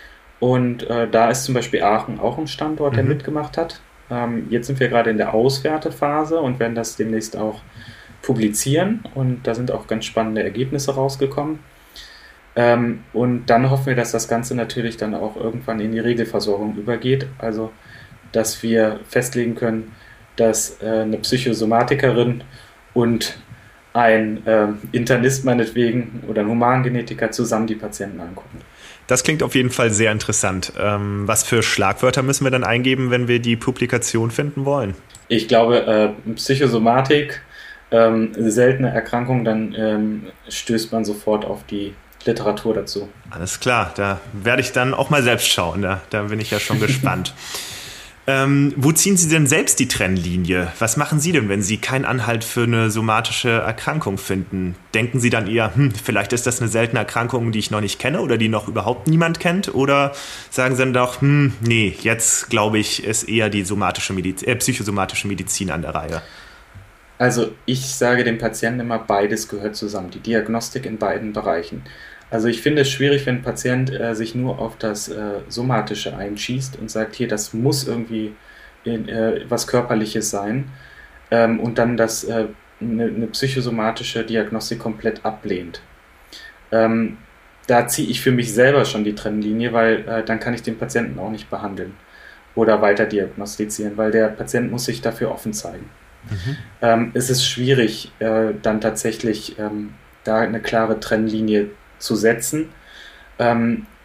Und äh, da ist zum Beispiel Aachen auch ein Standort, der mhm. mitgemacht hat. Ähm, jetzt sind wir gerade in der Auswertephase und werden das demnächst auch publizieren. Und da sind auch ganz spannende Ergebnisse rausgekommen. Ähm, und dann hoffen wir, dass das Ganze natürlich dann auch irgendwann in die Regelversorgung übergeht. Also, dass wir festlegen können, dass äh, eine Psychosomatikerin und ein äh, Internist meinetwegen oder ein Humangenetiker zusammen die Patienten angucken. Das klingt auf jeden Fall sehr interessant. Ähm, was für Schlagwörter müssen wir dann eingeben, wenn wir die Publikation finden wollen? Ich glaube, äh, Psychosomatik, ähm, seltene Erkrankung, dann ähm, stößt man sofort auf die Literatur dazu. Alles klar, da werde ich dann auch mal selbst schauen. Da, da bin ich ja schon gespannt. Ähm, wo ziehen Sie denn selbst die Trennlinie? Was machen Sie denn, wenn Sie keinen Anhalt für eine somatische Erkrankung finden? Denken Sie dann eher, hm, vielleicht ist das eine seltene Erkrankung, die ich noch nicht kenne oder die noch überhaupt niemand kennt? Oder sagen Sie dann doch, hm, nee, jetzt glaube ich, ist eher die somatische Mediz- äh, psychosomatische Medizin an der Reihe? Also ich sage dem Patienten immer, beides gehört zusammen, die Diagnostik in beiden Bereichen. Also ich finde es schwierig, wenn ein Patient äh, sich nur auf das äh, Somatische einschießt und sagt, hier, das muss irgendwie in, äh, was Körperliches sein ähm, und dann das äh, eine, eine psychosomatische Diagnostik komplett ablehnt. Ähm, da ziehe ich für mich selber schon die Trennlinie, weil äh, dann kann ich den Patienten auch nicht behandeln oder weiter diagnostizieren, weil der Patient muss sich dafür offen zeigen. Mhm. Ähm, es ist schwierig, äh, dann tatsächlich ähm, da eine klare Trennlinie zu setzen. Ähm,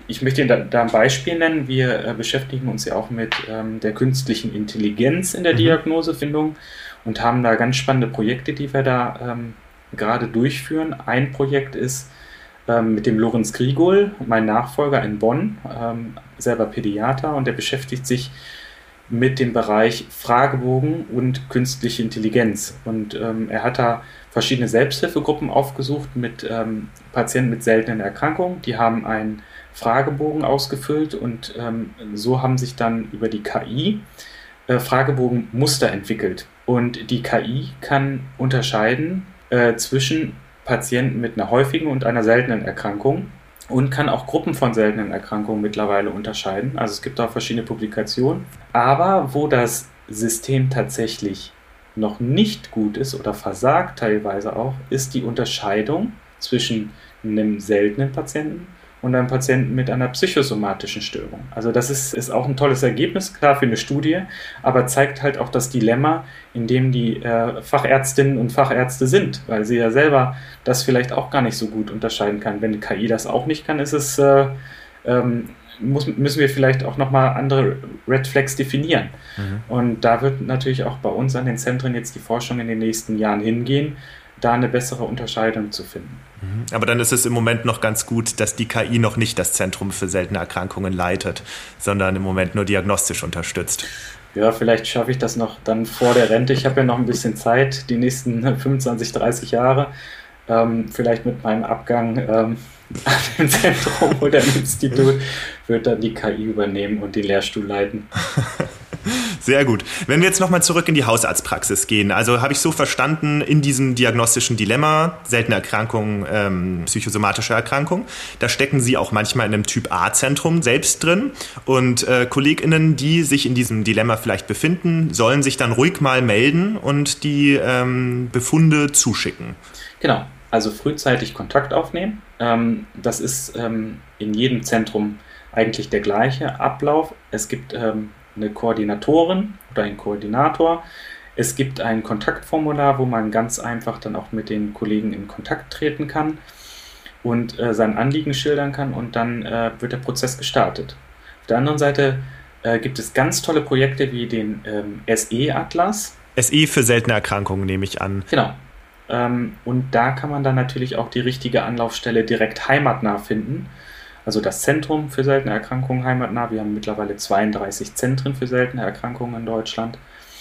Ich möchte Ihnen da, da ein Beispiel nennen. Wir äh, beschäftigen uns ja auch mit ähm, der künstlichen Intelligenz in der mhm. Diagnosefindung und haben da ganz spannende Projekte, die wir da ähm, gerade durchführen. Ein Projekt ist ähm, mit dem Lorenz Grigol, mein Nachfolger in Bonn, ähm, selber Pädiater, und der beschäftigt sich mit dem Bereich Fragebogen und künstliche Intelligenz. Und ähm, er hat da verschiedene Selbsthilfegruppen aufgesucht mit ähm, Patienten mit seltenen Erkrankungen. Die haben einen Fragebogen ausgefüllt und ähm, so haben sich dann über die K I äh, Fragebogenmuster entwickelt. Und die K I kann unterscheiden äh, zwischen Patienten mit einer häufigen und einer seltenen Erkrankung und kann auch Gruppen von seltenen Erkrankungen mittlerweile unterscheiden. Also es gibt da verschiedene Publikationen. Aber wo das System tatsächlich noch nicht gut ist oder versagt teilweise auch, ist die Unterscheidung zwischen einem seltenen Patienten und einem Patienten mit einer psychosomatischen Störung. Also das ist, ist auch ein tolles Ergebnis, klar für eine Studie, aber zeigt halt auch das Dilemma, in dem die äh, Fachärztinnen und Fachärzte sind, weil sie ja selber das vielleicht auch gar nicht so gut unterscheiden kann. Wenn die K I das auch nicht kann, ist es, äh, ähm, muss, müssen wir vielleicht auch nochmal andere Red Flags definieren. Mhm. Und da wird natürlich auch bei uns an den Zentren jetzt die Forschung in den nächsten Jahren hingehen, da eine bessere Unterscheidung zu finden. Aber dann ist es im Moment noch ganz gut, dass die K I noch nicht das Zentrum für seltene Erkrankungen leitet, sondern im Moment nur diagnostisch unterstützt. Ja, vielleicht schaffe ich das noch dann vor der Rente. Ich habe ja noch ein bisschen Zeit, die nächsten fünfundzwanzig, dreißig Jahre. Ähm, vielleicht mit meinem Abgang ähm, an dem Zentrum oder im Institut wird dann die K I übernehmen und den Lehrstuhl leiten. Sehr gut. Wenn wir jetzt nochmal zurück in die Hausarztpraxis gehen, also habe ich so verstanden, in diesem diagnostischen Dilemma, seltene Erkrankungen, ähm, psychosomatische Erkrankung, da stecken Sie auch manchmal in einem Typ-A-Zentrum selbst drin und äh, KollegInnen, die sich in diesem Dilemma vielleicht befinden, sollen sich dann ruhig mal melden und die ähm, Befunde zuschicken. Genau, also frühzeitig Kontakt aufnehmen. Ähm, das ist ähm, in jedem Zentrum eigentlich der gleiche Ablauf. Es gibt ähm, eine Koordinatorin oder einen Koordinator. Es gibt ein Kontaktformular, wo man ganz einfach dann auch mit den Kollegen in Kontakt treten kann und äh, sein Anliegen schildern kann und dann äh, wird der Prozess gestartet. Auf der anderen Seite äh, gibt es ganz tolle Projekte wie den ähm, S E-Atlas. S E für seltene Erkrankungen, nehme ich an. Genau. Ähm, und da kann man dann natürlich auch die richtige Anlaufstelle direkt heimatnah finden. Also das Zentrum für seltene Erkrankungen heimatnah. Wir haben mittlerweile zweiunddreißig Zentren für seltene Erkrankungen in Deutschland.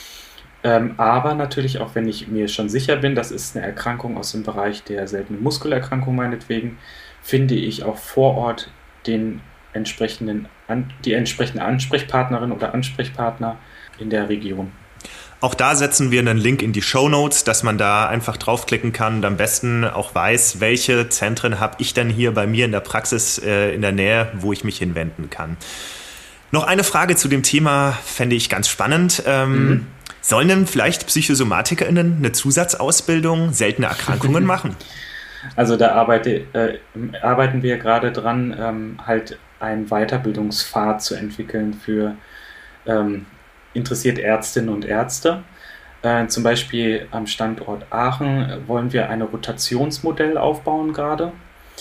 Ähm, aber natürlich auch, wenn ich mir schon sicher bin, das ist eine Erkrankung aus dem Bereich der seltenen Muskelerkrankung meinetwegen, finde ich auch vor Ort den entsprechenden, die entsprechende Ansprechpartnerin oder Ansprechpartner in der Region. Auch da setzen wir einen Link in die Shownotes, dass man da einfach draufklicken kann und am besten auch weiß, welche Zentren habe ich denn hier bei mir in der Praxis äh, in der Nähe, wo ich mich hinwenden kann. Noch eine Frage zu dem Thema fände ich ganz spannend. Ähm, mhm. Sollen denn vielleicht PsychosomatikerInnen eine Zusatzausbildung seltene Erkrankungen machen? Also da arbeite, äh, arbeiten wir gerade dran, ähm, halt einen Weiterbildungspfad zu entwickeln für ähm, interessiert Ärztinnen und Ärzte. Äh, zum Beispiel am Standort Aachen wollen wir ein Rotationsmodell aufbauen gerade,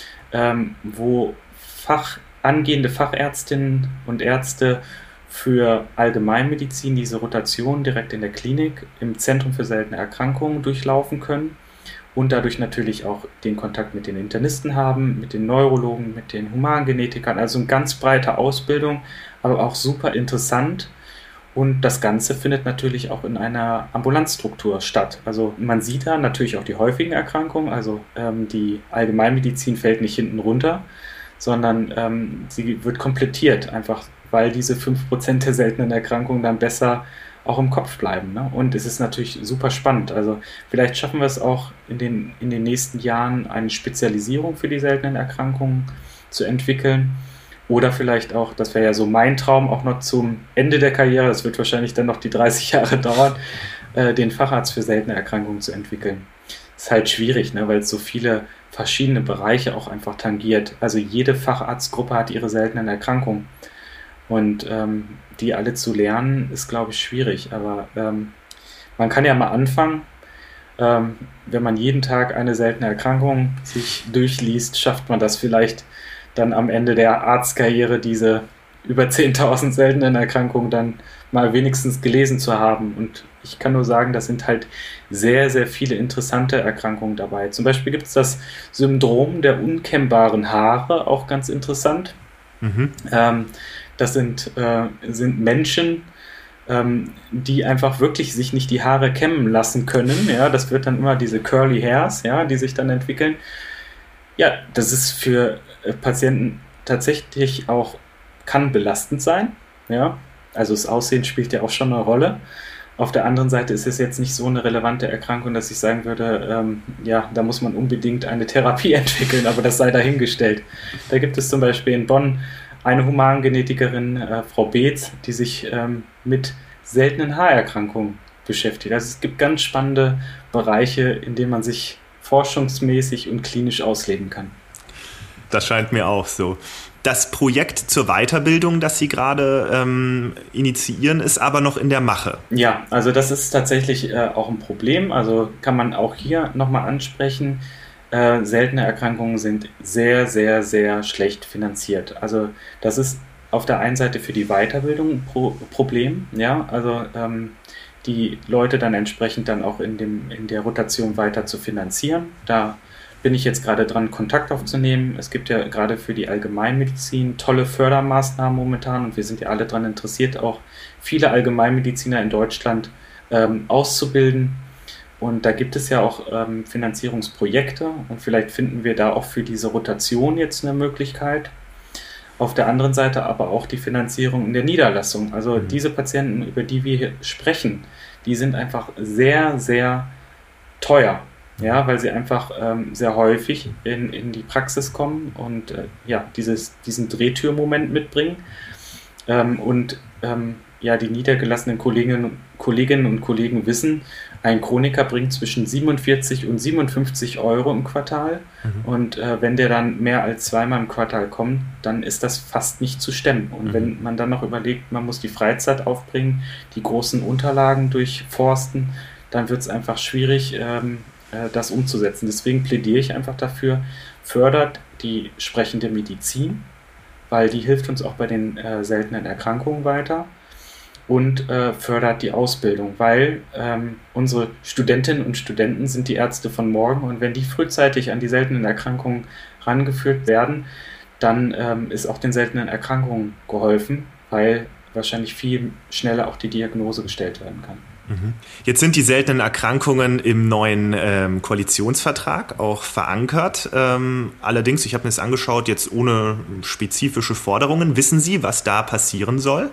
ähm, wo Fach, angehende Fachärztinnen und Ärzte für Allgemeinmedizin diese Rotation direkt in der Klinik im Zentrum für seltene Erkrankungen durchlaufen können und dadurch natürlich auch den Kontakt mit den Internisten haben, mit den Neurologen, mit den Humangenetikern, also eine ganz breite Ausbildung, aber auch super interessant. Und das Ganze findet natürlich auch in einer Ambulanzstruktur statt. Also man sieht da natürlich auch die häufigen Erkrankungen, also ähm, die Allgemeinmedizin fällt nicht hinten runter, sondern ähm, sie wird komplettiert, einfach weil diese fünf Prozent der seltenen Erkrankungen dann besser auch im Kopf bleiben. Ne? Und es ist natürlich super spannend. Also vielleicht schaffen wir es auch in den, in den nächsten Jahren, eine Spezialisierung für die seltenen Erkrankungen zu entwickeln. Oder vielleicht auch, das wäre ja so mein Traum, auch noch zum Ende der Karriere, das wird wahrscheinlich dann noch die dreißig Jahre dauern, äh, den Facharzt für seltene Erkrankungen zu entwickeln. Das ist halt schwierig, ne, weil es so viele verschiedene Bereiche auch einfach tangiert. Also jede Facharztgruppe hat ihre seltenen Erkrankungen. Und ähm, die alle zu lernen, ist, glaube ich, schwierig. Aber ähm, man kann ja mal anfangen. Ähm, wenn man jeden Tag eine seltene Erkrankung sich durchliest, schafft man das vielleicht dann am Ende der Arztkarriere diese über zehntausend seltenen Erkrankungen dann mal wenigstens gelesen zu haben. Und ich kann nur sagen, das sind halt sehr, sehr viele interessante Erkrankungen dabei. Zum Beispiel gibt es das Syndrom der unkemmbaren Haare, auch ganz interessant. Mhm. Ähm, das sind, äh, sind Menschen, ähm, die einfach wirklich sich nicht die Haare kämmen lassen können. Ja, das wird dann immer diese Curly Hairs, ja, die sich dann entwickeln. Ja, das ist für äh, Patienten tatsächlich auch, kann belastend sein. Ja, also das Aussehen spielt ja auch schon eine Rolle. Auf der anderen Seite ist es jetzt nicht so eine relevante Erkrankung, dass ich sagen würde, ähm, ja, da muss man unbedingt eine Therapie entwickeln, aber das sei dahingestellt. Da gibt es zum Beispiel in Bonn eine Humangenetikerin, äh, Frau Beetz, die sich ähm, mit seltenen Haarerkrankungen beschäftigt. Also es gibt ganz spannende Bereiche, in denen man sich forschungsmäßig und klinisch ausleben kann. Das scheint mir auch so. Das Projekt zur Weiterbildung, das Sie gerade ähm, initiieren, ist aber noch in der Mache. Ja, also das ist tatsächlich äh, auch ein Problem. Also kann man auch hier nochmal ansprechen. Äh, seltene Erkrankungen sind sehr, sehr, sehr schlecht finanziert. Also das ist auf der einen Seite für die Weiterbildung ein Pro- Problem. Ja, also ähm, die Leute dann entsprechend dann auch in, dem, in der Rotation weiter zu finanzieren. Da bin ich jetzt gerade dran, Kontakt aufzunehmen. Es gibt ja gerade für die Allgemeinmedizin tolle Fördermaßnahmen momentan und wir sind ja alle daran interessiert, auch viele Allgemeinmediziner in Deutschland ähm, auszubilden. Und da gibt es ja auch ähm, Finanzierungsprojekte und vielleicht finden wir da auch für diese Rotation jetzt eine Möglichkeit. Auf der anderen Seite aber auch die Finanzierung in der Niederlassung. Also mhm. diese Patienten, über die wir hier sprechen, die sind einfach sehr, sehr teuer. Ja, weil sie einfach ähm, sehr häufig in, in die Praxis kommen und äh, ja, dieses, diesen Drehtürmoment mitbringen. Ähm, und ähm, ja, die niedergelassenen Kolleginnen, Kolleginnen und Kollegen wissen, ein Chroniker bringt zwischen siebenundvierzig und siebenundfünfzig Euro im Quartal. Mhm. Und äh, wenn der dann mehr als zweimal im Quartal kommt, dann ist das fast nicht zu stemmen. Und mhm. wenn man dann noch überlegt, man muss die Freizeit aufbringen, die großen Unterlagen durchforsten, dann wird es einfach schwierig, ähm, das umzusetzen. Deswegen plädiere ich einfach dafür, fördert die sprechende Medizin, weil die hilft uns auch bei den äh, seltenen Erkrankungen weiter und äh, fördert die Ausbildung, weil ähm, unsere Studentinnen und Studenten sind die Ärzte von morgen und wenn die frühzeitig an die seltenen Erkrankungen rangeführt werden, dann ähm, ist auch den seltenen Erkrankungen geholfen, weil wahrscheinlich viel schneller auch die Diagnose gestellt werden kann. Jetzt sind die seltenen Erkrankungen im neuen ähm, Koalitionsvertrag auch verankert. Ähm, allerdings, ich habe mir das angeschaut, jetzt ohne spezifische Forderungen. Wissen Sie, was da passieren soll?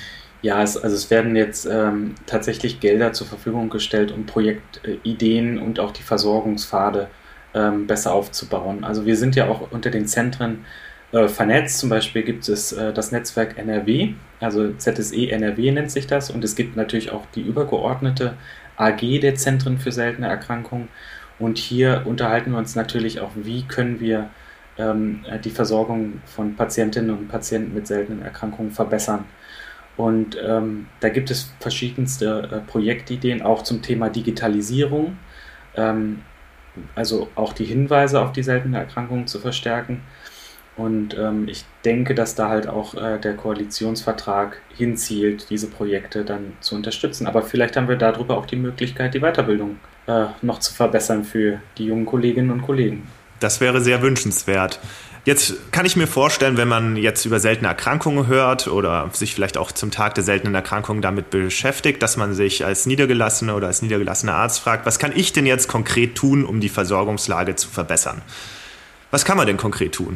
Ja, es, also es werden jetzt ähm, tatsächlich Gelder zur Verfügung gestellt, um Projektideen und auch die Versorgungspfade ähm, besser aufzubauen. Also wir sind ja auch unter den Zentren äh, vernetzt. Zum Beispiel gibt es äh, das Netzwerk N R W, also Z S E N R W nennt sich das. Und es gibt natürlich auch die übergeordnete A G der Zentren für seltene Erkrankungen. Und hier unterhalten wir uns natürlich auch, wie können wir ähm, die Versorgung von Patientinnen und Patienten mit seltenen Erkrankungen verbessern. Und ähm, da gibt es verschiedenste äh, Projektideen, auch zum Thema Digitalisierung, ähm, also auch die Hinweise auf die seltenen Erkrankungen zu verstärken. Und ähm, ich denke, dass da halt auch äh, der Koalitionsvertrag hinzielt, diese Projekte dann zu unterstützen. Aber vielleicht haben wir darüber auch die Möglichkeit, die Weiterbildung äh, noch zu verbessern für die jungen Kolleginnen und Kollegen. Das wäre sehr wünschenswert. Jetzt kann ich mir vorstellen, wenn man jetzt über seltene Erkrankungen hört oder sich vielleicht auch zum Tag der seltenen Erkrankungen damit beschäftigt, dass man sich als Niedergelassener oder als niedergelassener Arzt fragt, was kann ich denn jetzt konkret tun, um die Versorgungslage zu verbessern? Was kann man denn konkret tun?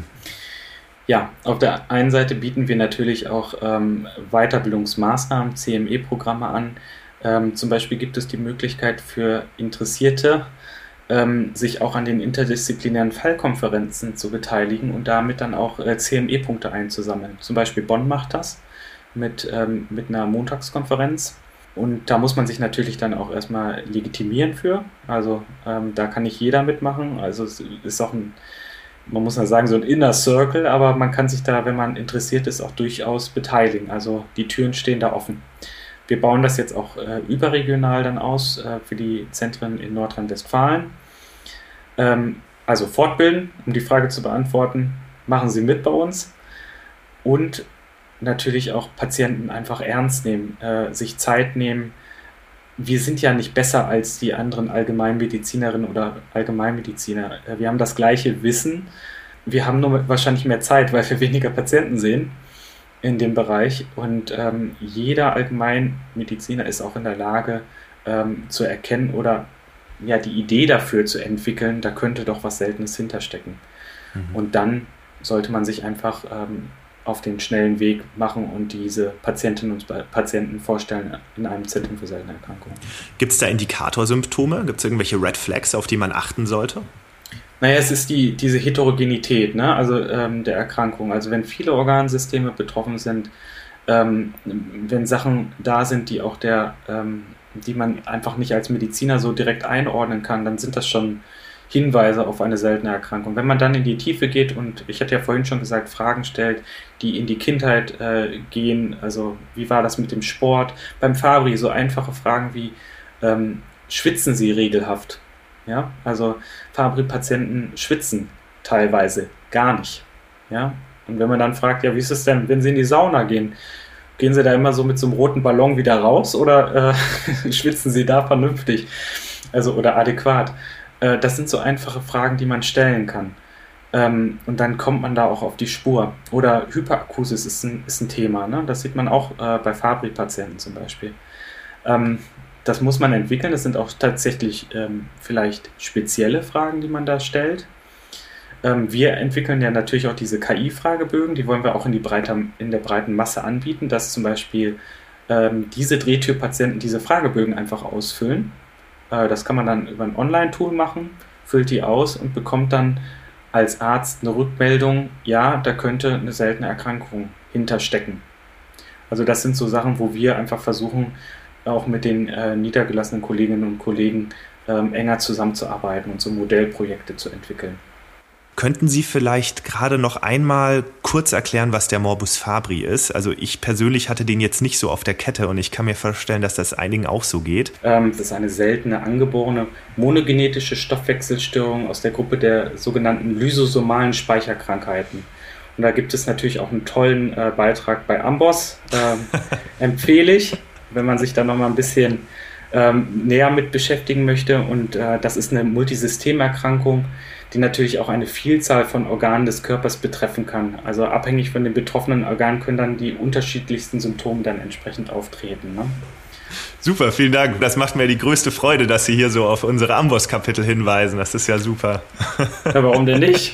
Ja, auf der einen Seite bieten wir natürlich auch ähm, Weiterbildungsmaßnahmen, C M E-Programme an. Ähm, zum Beispiel gibt es die Möglichkeit für Interessierte, ähm, sich auch an den interdisziplinären Fallkonferenzen zu beteiligen und damit dann auch äh, C M E-Punkte einzusammeln. Zum Beispiel Bonn macht das mit, ähm, mit einer Montagskonferenz. Und da muss man sich natürlich dann auch erstmal legitimieren für. Also ähm, da kann nicht jeder mitmachen. Also es ist auch ein, man muss ja sagen, so ein Inner Circle, aber man kann sich da, wenn man interessiert ist, auch durchaus beteiligen. Also die Türen stehen da offen. Wir bauen das jetzt auch äh, überregional dann aus äh, für die Zentren in Nordrhein-Westfalen. Ähm, also fortbilden, um die Frage zu beantworten. machen Sie mit bei uns. Und natürlich auch Patienten einfach ernst nehmen, äh, sich Zeit nehmen. Wir sind ja nicht besser als die anderen Allgemeinmedizinerinnen oder Allgemeinmediziner. Äh, wir haben das gleiche Wissen. Wir haben nur wahrscheinlich mehr Zeit, weil wir weniger Patienten sehen in dem Bereich. Und ähm, jeder Allgemeinmediziner ist auch in der Lage ähm, zu erkennen oder ja, die Idee dafür zu entwickeln, da könnte doch was Seltenes hinterstecken. Mhm. Und dann sollte man sich einfach ähm, auf den schnellen Weg machen und diese Patientinnen und Patienten vorstellen in einem Zentrum für seltene Erkrankungen. Gibt es da Indikatorsymptome? Gibt es irgendwelche Red Flags, auf die man achten sollte? Naja, es ist die, diese Heterogenität, ne? Also ähm, der Erkrankung. Also wenn viele Organsysteme betroffen sind, ähm, wenn Sachen da sind, die auch der, ähm, die man einfach nicht als Mediziner so direkt einordnen kann, dann sind das schon Hinweise auf eine seltene Erkrankung. Wenn man dann in die Tiefe geht und ich hatte ja vorhin schon gesagt, Fragen stellt, die in die Kindheit äh, gehen, also wie war das mit dem Sport? Beim Fabry so einfache Fragen wie, ähm, schwitzen Sie regelhaft? Ja, also Fabry-Patienten schwitzen teilweise gar nicht. Ja, und wenn man dann fragt, ja, wie ist es denn, wenn Sie in die Sauna gehen? Gehen Sie da immer so mit so einem roten Ballon wieder raus oder äh, schwitzen Sie da vernünftig? Also oder adäquat? Das sind so einfache Fragen, die man stellen kann. Und dann kommt man da auch auf die Spur. Oder Hyperakusis ist ein, ist ein Thema. Ne? Das sieht man auch bei Fabry-Patienten zum Beispiel. Das muss man entwickeln. Das sind auch tatsächlich vielleicht spezielle Fragen, die man da stellt. Wir entwickeln ja natürlich auch diese K I-Fragebögen. Die wollen wir auch in, die breite, in der breiten Masse anbieten, dass zum Beispiel diese Drehtür-Patienten diese Fragebögen einfach ausfüllen. Das kann man dann über ein Online-Tool machen, füllt die aus und bekommt dann als Arzt eine Rückmeldung, ja, da könnte eine seltene Erkrankung hinterstecken. Also das sind so Sachen, wo wir einfach versuchen, auch mit den äh, niedergelassenen Kolleginnen und Kollegen ähm, enger zusammenzuarbeiten und so Modellprojekte zu entwickeln. Könnten Sie vielleicht gerade noch einmal kurz erklären, was der Morbus Fabry ist? Also ich persönlich hatte den jetzt nicht so auf der Kette und ich kann mir vorstellen, dass das einigen auch so geht. Ähm, das ist eine seltene angeborene monogenetische Stoffwechselstörung aus der Gruppe der sogenannten lysosomalen Speicherkrankheiten. Und da gibt es natürlich auch einen tollen äh, Beitrag bei Amboss. Ähm, empfehle ich, wenn man sich da nochmal ein bisschen ähm, näher mit beschäftigen möchte. Und äh, das ist eine Multisystemerkrankung, die natürlich auch eine Vielzahl von Organen des Körpers betreffen kann. Also abhängig von den betroffenen Organen können dann die unterschiedlichsten Symptome dann entsprechend auftreten. Ne? Super, vielen Dank. Das macht mir die größte Freude, dass Sie hier so auf unsere Amboss-Kapitel hinweisen. Das ist ja super. Ja, warum denn nicht?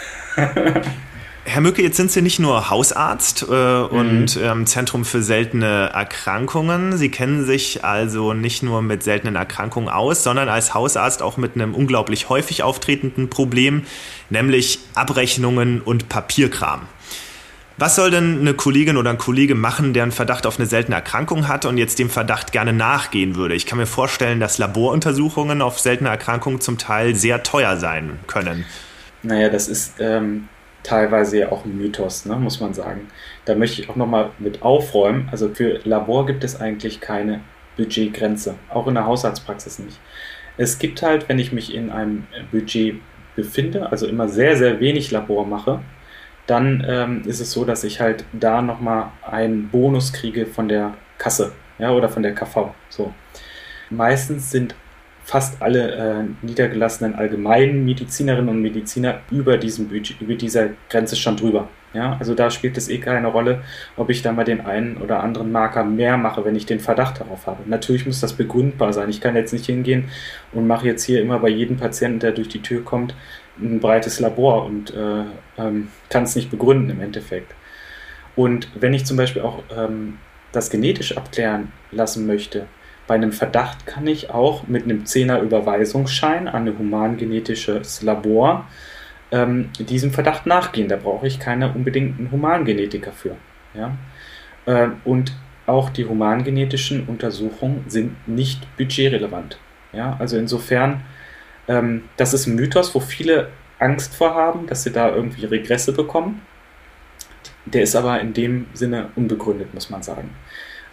Herr Mücke, jetzt sind Sie nicht nur Hausarzt äh, mhm. und ähm, Zentrum für seltene Erkrankungen. Sie kennen sich also nicht nur mit seltenen Erkrankungen aus, sondern als Hausarzt auch mit einem unglaublich häufig auftretenden Problem, nämlich Abrechnungen und Papierkram. Was soll denn eine Kollegin oder ein Kollege machen, der einen Verdacht auf eine seltene Erkrankung hat und jetzt dem Verdacht gerne nachgehen würde? Ich kann mir vorstellen, dass Laboruntersuchungen auf seltene Erkrankungen zum Teil sehr teuer sein können. Naja, das ist ähm, teilweise ja auch ein Mythos, ne, muss man sagen. Da möchte ich auch nochmal mit aufräumen. Also für Labor gibt es eigentlich keine Budgetgrenze, auch in der Hausarztpraxis nicht. Es gibt halt, wenn ich mich in einem Budget befinde, also immer sehr, sehr wenig Labor mache, dann ähm, ist es so, dass ich halt da nochmal einen Bonus kriege von der Kasse, ja, oder von der K V. So. Meistens sind fast alle äh, niedergelassenen allgemeinen Medizinerinnen und Mediziner über diesem Budget, über dieser Grenze schon drüber. Ja, also da spielt es eh keine Rolle, ob ich da mal den einen oder anderen Marker mehr mache, wenn ich den Verdacht darauf habe. Natürlich muss das begründbar sein. Ich kann jetzt nicht hingehen und mache jetzt hier immer bei jedem Patienten, der durch die Tür kommt, ein breites Labor und äh, ähm, kann es nicht begründen im Endeffekt. Und wenn ich zum Beispiel auch ähm, das genetisch abklären lassen möchte, bei einem Verdacht kann ich auch mit einem Zehner Überweisungsschein an ein humangenetisches Labor ähm, diesem Verdacht nachgehen. Da brauche ich keine unbedingten Humangenetiker für. Ja? Äh, und auch die humangenetischen Untersuchungen sind nicht budgetrelevant. Ja? Also insofern, ähm, das ist ein Mythos, wo viele Angst vor haben, dass sie da irgendwie Regresse bekommen. Der ist aber in dem Sinne unbegründet, muss man sagen.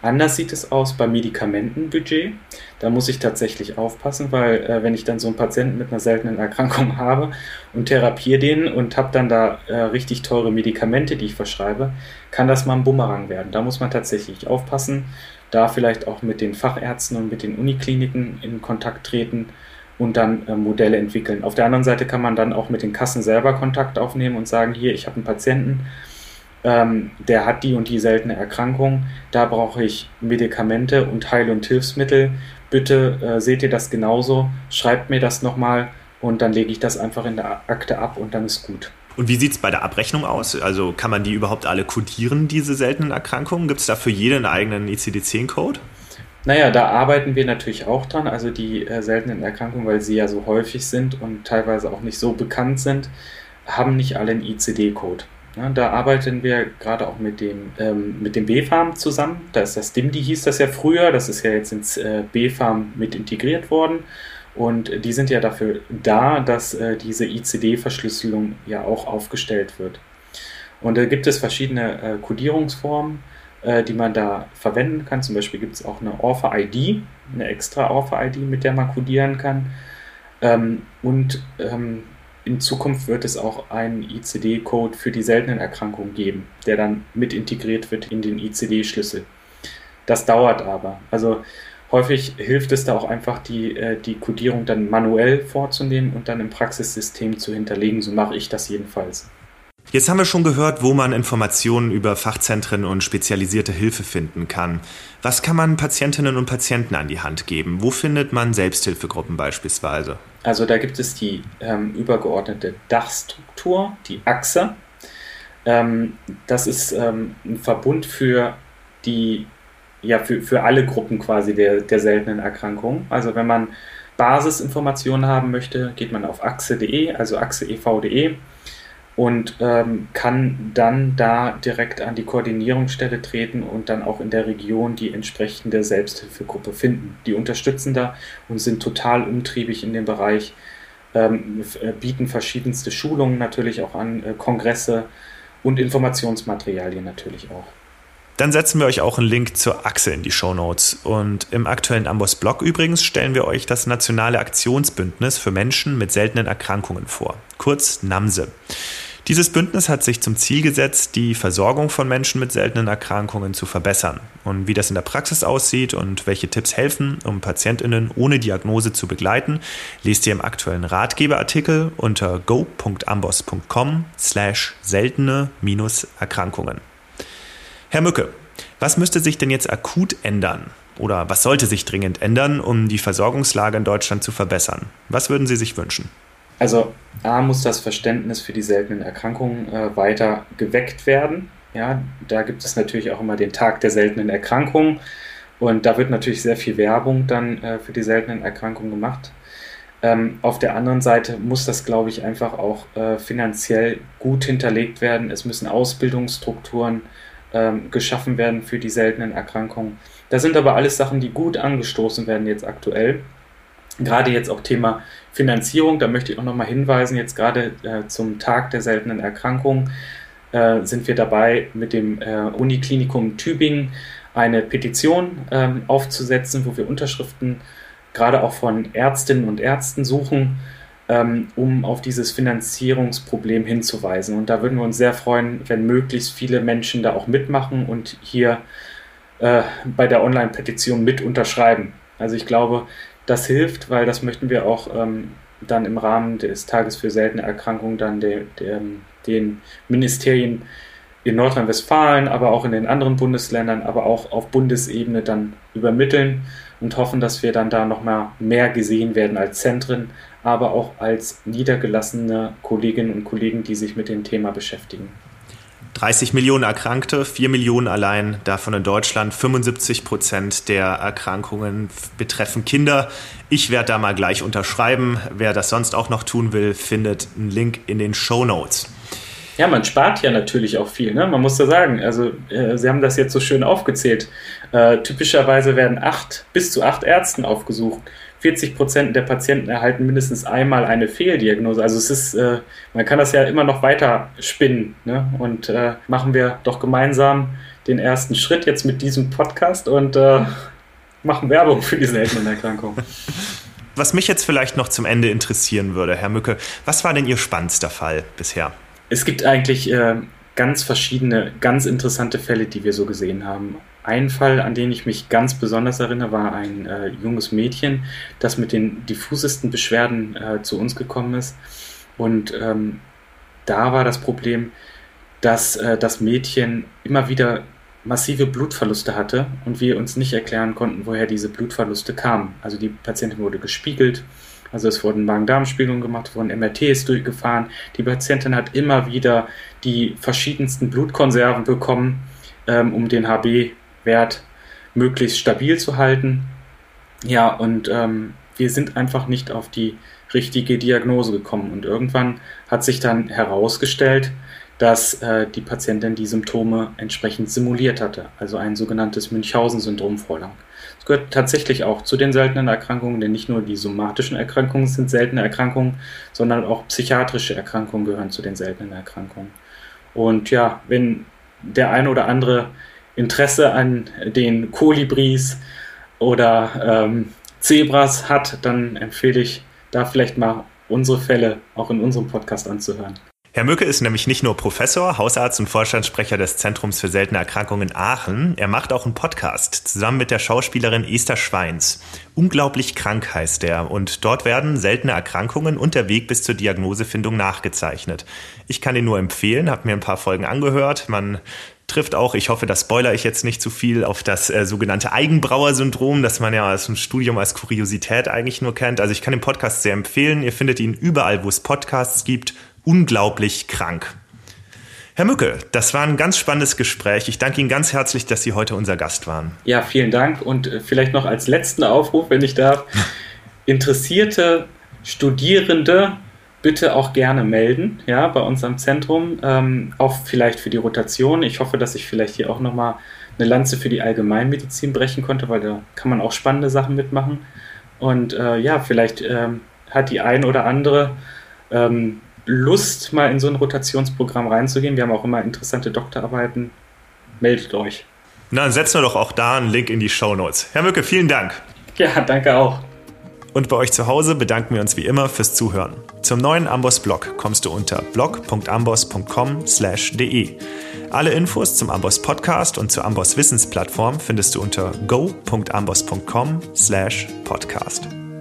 Anders sieht es aus beim Medikamentenbudget. Da muss ich tatsächlich aufpassen, weil äh, wenn ich dann so einen Patienten mit einer seltenen Erkrankung habe und therapiere den und habe dann da äh, richtig teure Medikamente, die ich verschreibe, kann das mal ein Bumerang werden. Da muss man tatsächlich aufpassen, da vielleicht auch mit den Fachärzten und mit den Unikliniken in Kontakt treten und dann äh, Modelle entwickeln. Auf der anderen Seite kann man dann auch mit den Kassen selber Kontakt aufnehmen und sagen, hier, ich habe einen Patienten, ähm, der hat die und die seltene Erkrankung, da brauche ich Medikamente und Heil- und Hilfsmittel. Bitte äh, seht ihr das genauso, schreibt mir das nochmal und dann lege ich das einfach in der Akte ab und dann ist gut. Und wie sieht es bei der Abrechnung aus? Also kann man die überhaupt alle kodieren, diese seltenen Erkrankungen? Gibt es da für jede einen eigenen I C D zehn Code? Naja, da arbeiten wir natürlich auch dran. Also die äh, seltenen Erkrankungen, weil sie ja so häufig sind und teilweise auch nicht so bekannt sind, haben nicht alle einen I C D-Code. Ja, da arbeiten wir gerade auch mit dem, ähm, mit dem B F A M zusammen. Da ist das D I M D I, hieß das ja früher. Das ist ja jetzt ins äh, B F A M mit integriert worden. Und die sind ja dafür da, dass äh, diese I C D-Verschlüsselung ja auch aufgestellt wird. Und da gibt es verschiedene äh, Codierungsformen, äh, die man da verwenden kann. Zum Beispiel gibt es auch eine Author-I D, eine extra Author-I D, mit der man codieren kann. Ähm, und ähm, in Zukunft wird es auch einen I C D-Code für die seltenen Erkrankungen geben, der dann mit integriert wird in den I C D-Schlüssel. Das dauert aber. Also häufig hilft es da auch einfach, die, die Codierung dann manuell vorzunehmen und dann im Praxissystem zu hinterlegen. So mache ich das jedenfalls. Jetzt haben wir schon gehört, wo man Informationen über Fachzentren und spezialisierte Hilfe finden kann. Was kann man Patientinnen und Patienten an die Hand geben? Wo findet man Selbsthilfegruppen beispielsweise? Also da gibt es die ähm, übergeordnete Dachstruktur, die AXE. Ähm, das ist ähm, ein Verbund für die Ja, für, für alle Gruppen quasi der, der seltenen Erkrankungen. Also wenn man Basisinformationen haben möchte, geht man auf axe punkt de, also axe punkt e v punkt de und ähm, kann dann da direkt an die Koordinierungsstelle treten und dann auch in der Region die entsprechende Selbsthilfegruppe finden. Die unterstützen da und sind total umtriebig in dem Bereich, ähm, bieten verschiedenste Schulungen natürlich auch an, äh, Kongresse und Informationsmaterialien natürlich auch. Dann setzen wir euch auch einen Link zur AXE in die Shownotes. Und im aktuellen Amboss-Blog übrigens stellen wir euch das Nationale Aktionsbündnis für Menschen mit seltenen Erkrankungen vor, kurz NAMSE. Dieses Bündnis hat sich zum Ziel gesetzt, die Versorgung von Menschen mit seltenen Erkrankungen zu verbessern. Und wie das in der Praxis aussieht und welche Tipps helfen, um PatientInnen ohne Diagnose zu begleiten, lest ihr im aktuellen Ratgeberartikel unter go punkt amboss punkt com slash seltene Erkrankungen. Herr Mücke, was müsste sich denn jetzt akut ändern oder was sollte sich dringend ändern, um die Versorgungslage in Deutschland zu verbessern? Was würden Sie sich wünschen? Also A, muss das Verständnis für die seltenen Erkrankungen äh, weiter geweckt werden. Ja, da gibt es natürlich auch immer den Tag der seltenen Erkrankungen und da wird natürlich sehr viel Werbung dann äh, für die seltenen Erkrankungen gemacht. Ähm, auf der anderen Seite muss das, glaube ich, einfach auch äh, finanziell gut hinterlegt werden. Es müssen Ausbildungsstrukturen ähm, geschaffen werden für die seltenen Erkrankungen. Das sind aber alles Sachen, die gut angestoßen werden jetzt aktuell. Gerade jetzt auch Thema Finanzierung, da möchte ich auch nochmal hinweisen, jetzt gerade äh, zum Tag der seltenen Erkrankungen äh, sind wir dabei, mit dem äh, Uniklinikum Tübingen eine Petition äh, aufzusetzen, wo wir Unterschriften gerade auch von Ärztinnen und Ärzten suchen, ähm, um auf dieses Finanzierungsproblem hinzuweisen. Und da würden wir uns sehr freuen, wenn möglichst viele Menschen da auch mitmachen und hier äh, bei der Online-Petition mit unterschreiben. Also ich glaube, das hilft, weil das möchten wir auch ähm, dann im Rahmen des Tages für seltene Erkrankungen dann de, de, den Ministerien in Nordrhein-Westfalen, aber auch in den anderen Bundesländern, aber auch auf Bundesebene dann übermitteln und hoffen, dass wir dann da nochmal mehr gesehen werden als Zentren, aber auch als niedergelassene Kolleginnen und Kollegen, die sich mit dem Thema beschäftigen. dreißig Millionen Erkrankte, vier Millionen allein, davon in Deutschland. fünfundsiebzig Prozent der Erkrankungen betreffen Kinder. Ich werde da mal gleich unterschreiben. Wer das sonst auch noch tun will, findet einen Link in den Shownotes. Ja, man spart ja natürlich auch viel, ne? Man muss da sagen, also äh, Sie haben das jetzt so schön aufgezählt. Äh, typischerweise werden acht bis zu acht Ärzten aufgesucht vierzig Prozent der Patienten erhalten mindestens einmal eine Fehldiagnose. Also es ist, äh, man kann das ja immer noch weiter spinnen, ne? Und äh, machen wir doch gemeinsam den ersten Schritt jetzt mit diesem Podcast und äh, machen Werbung für die seltenen Erkrankungen. Was mich jetzt vielleicht noch zum Ende interessieren würde, Herr Mücke, was war denn Ihr spannendster Fall bisher? Es gibt eigentlich äh, ganz verschiedene, ganz interessante Fälle, die wir so gesehen haben. Ein Fall, an den ich mich ganz besonders erinnere, war ein äh, junges Mädchen, das mit den diffusesten Beschwerden äh, zu uns gekommen ist. Und ähm, da war das Problem, dass äh, das Mädchen immer wieder massive Blutverluste hatte und wir uns nicht erklären konnten, woher diese Blutverluste kamen. Also die Patientin wurde gespiegelt, also es wurden Magen-Darm-Spiegelungen gemacht, wurden M R Ts durchgefahren. Die Patientin hat immer wieder die verschiedensten Blutkonserven bekommen, ähm, um den H B-Wert möglichst stabil zu halten. Ja, und ähm, wir sind einfach nicht auf die richtige Diagnose gekommen. Und irgendwann hat sich dann herausgestellt, dass äh, die Patientin die Symptome entsprechend simuliert hatte, also ein sogenanntes Münchhausen-Syndrom vorlag. Es gehört tatsächlich auch zu den seltenen Erkrankungen, denn nicht nur die somatischen Erkrankungen sind seltene Erkrankungen, sondern auch psychiatrische Erkrankungen gehören zu den seltenen Erkrankungen. Und ja, wenn der eine oder andere Interesse an den Kolibris oder ähm, Zebras hat, dann empfehle ich, da vielleicht mal unsere Fälle auch in unserem Podcast anzuhören. Herr Mücke ist nämlich nicht nur Professor, Hausarzt und Vorstandssprecher des Zentrums für seltene Erkrankungen in Aachen. Er macht auch einen Podcast zusammen mit der Schauspielerin Esther Schweins. Unglaublich krank heißt er. Und dort werden seltene Erkrankungen und der Weg bis zur Diagnosefindung nachgezeichnet. Ich kann ihn nur empfehlen, habe mir ein paar Folgen angehört. Man trifft auch, ich hoffe, das spoilere ich jetzt nicht zu viel, auf das äh, sogenannte Eigenbrauer-Syndrom, das man ja aus dem Studium als Kuriosität eigentlich nur kennt. Also ich kann den Podcast sehr empfehlen. Ihr findet ihn überall, wo es Podcasts gibt. Unglaublich krank. Herr Mücke, das war ein ganz spannendes Gespräch. Ich danke Ihnen ganz herzlich, dass Sie heute unser Gast waren. Ja, vielen Dank und vielleicht noch als letzten Aufruf, wenn ich darf, interessierte Studierende bitte auch gerne melden, ja, bei uns am Zentrum, ähm, auch vielleicht für die Rotation. Ich hoffe, dass ich vielleicht hier auch nochmal eine Lanze für die Allgemeinmedizin brechen konnte, weil da kann man auch spannende Sachen mitmachen. Und äh, ja, vielleicht ähm, hat die ein oder andere ähm, Lust, mal in so ein Rotationsprogramm reinzugehen. Wir haben auch immer interessante Doktorarbeiten. Meldet euch. Na, dann setzen wir doch auch da einen Link in die Shownotes. Herr Mücke, vielen Dank. Ja, danke auch. Und bei euch zu Hause bedanken wir uns wie immer fürs Zuhören. Zum neuen Amboss-Blog kommst du unter blog punkt amboss punkt com slash de. Alle Infos zum Amboss-Podcast und zur Amboss-Wissensplattform findest du unter go punkt amboss punkt com slash podcast.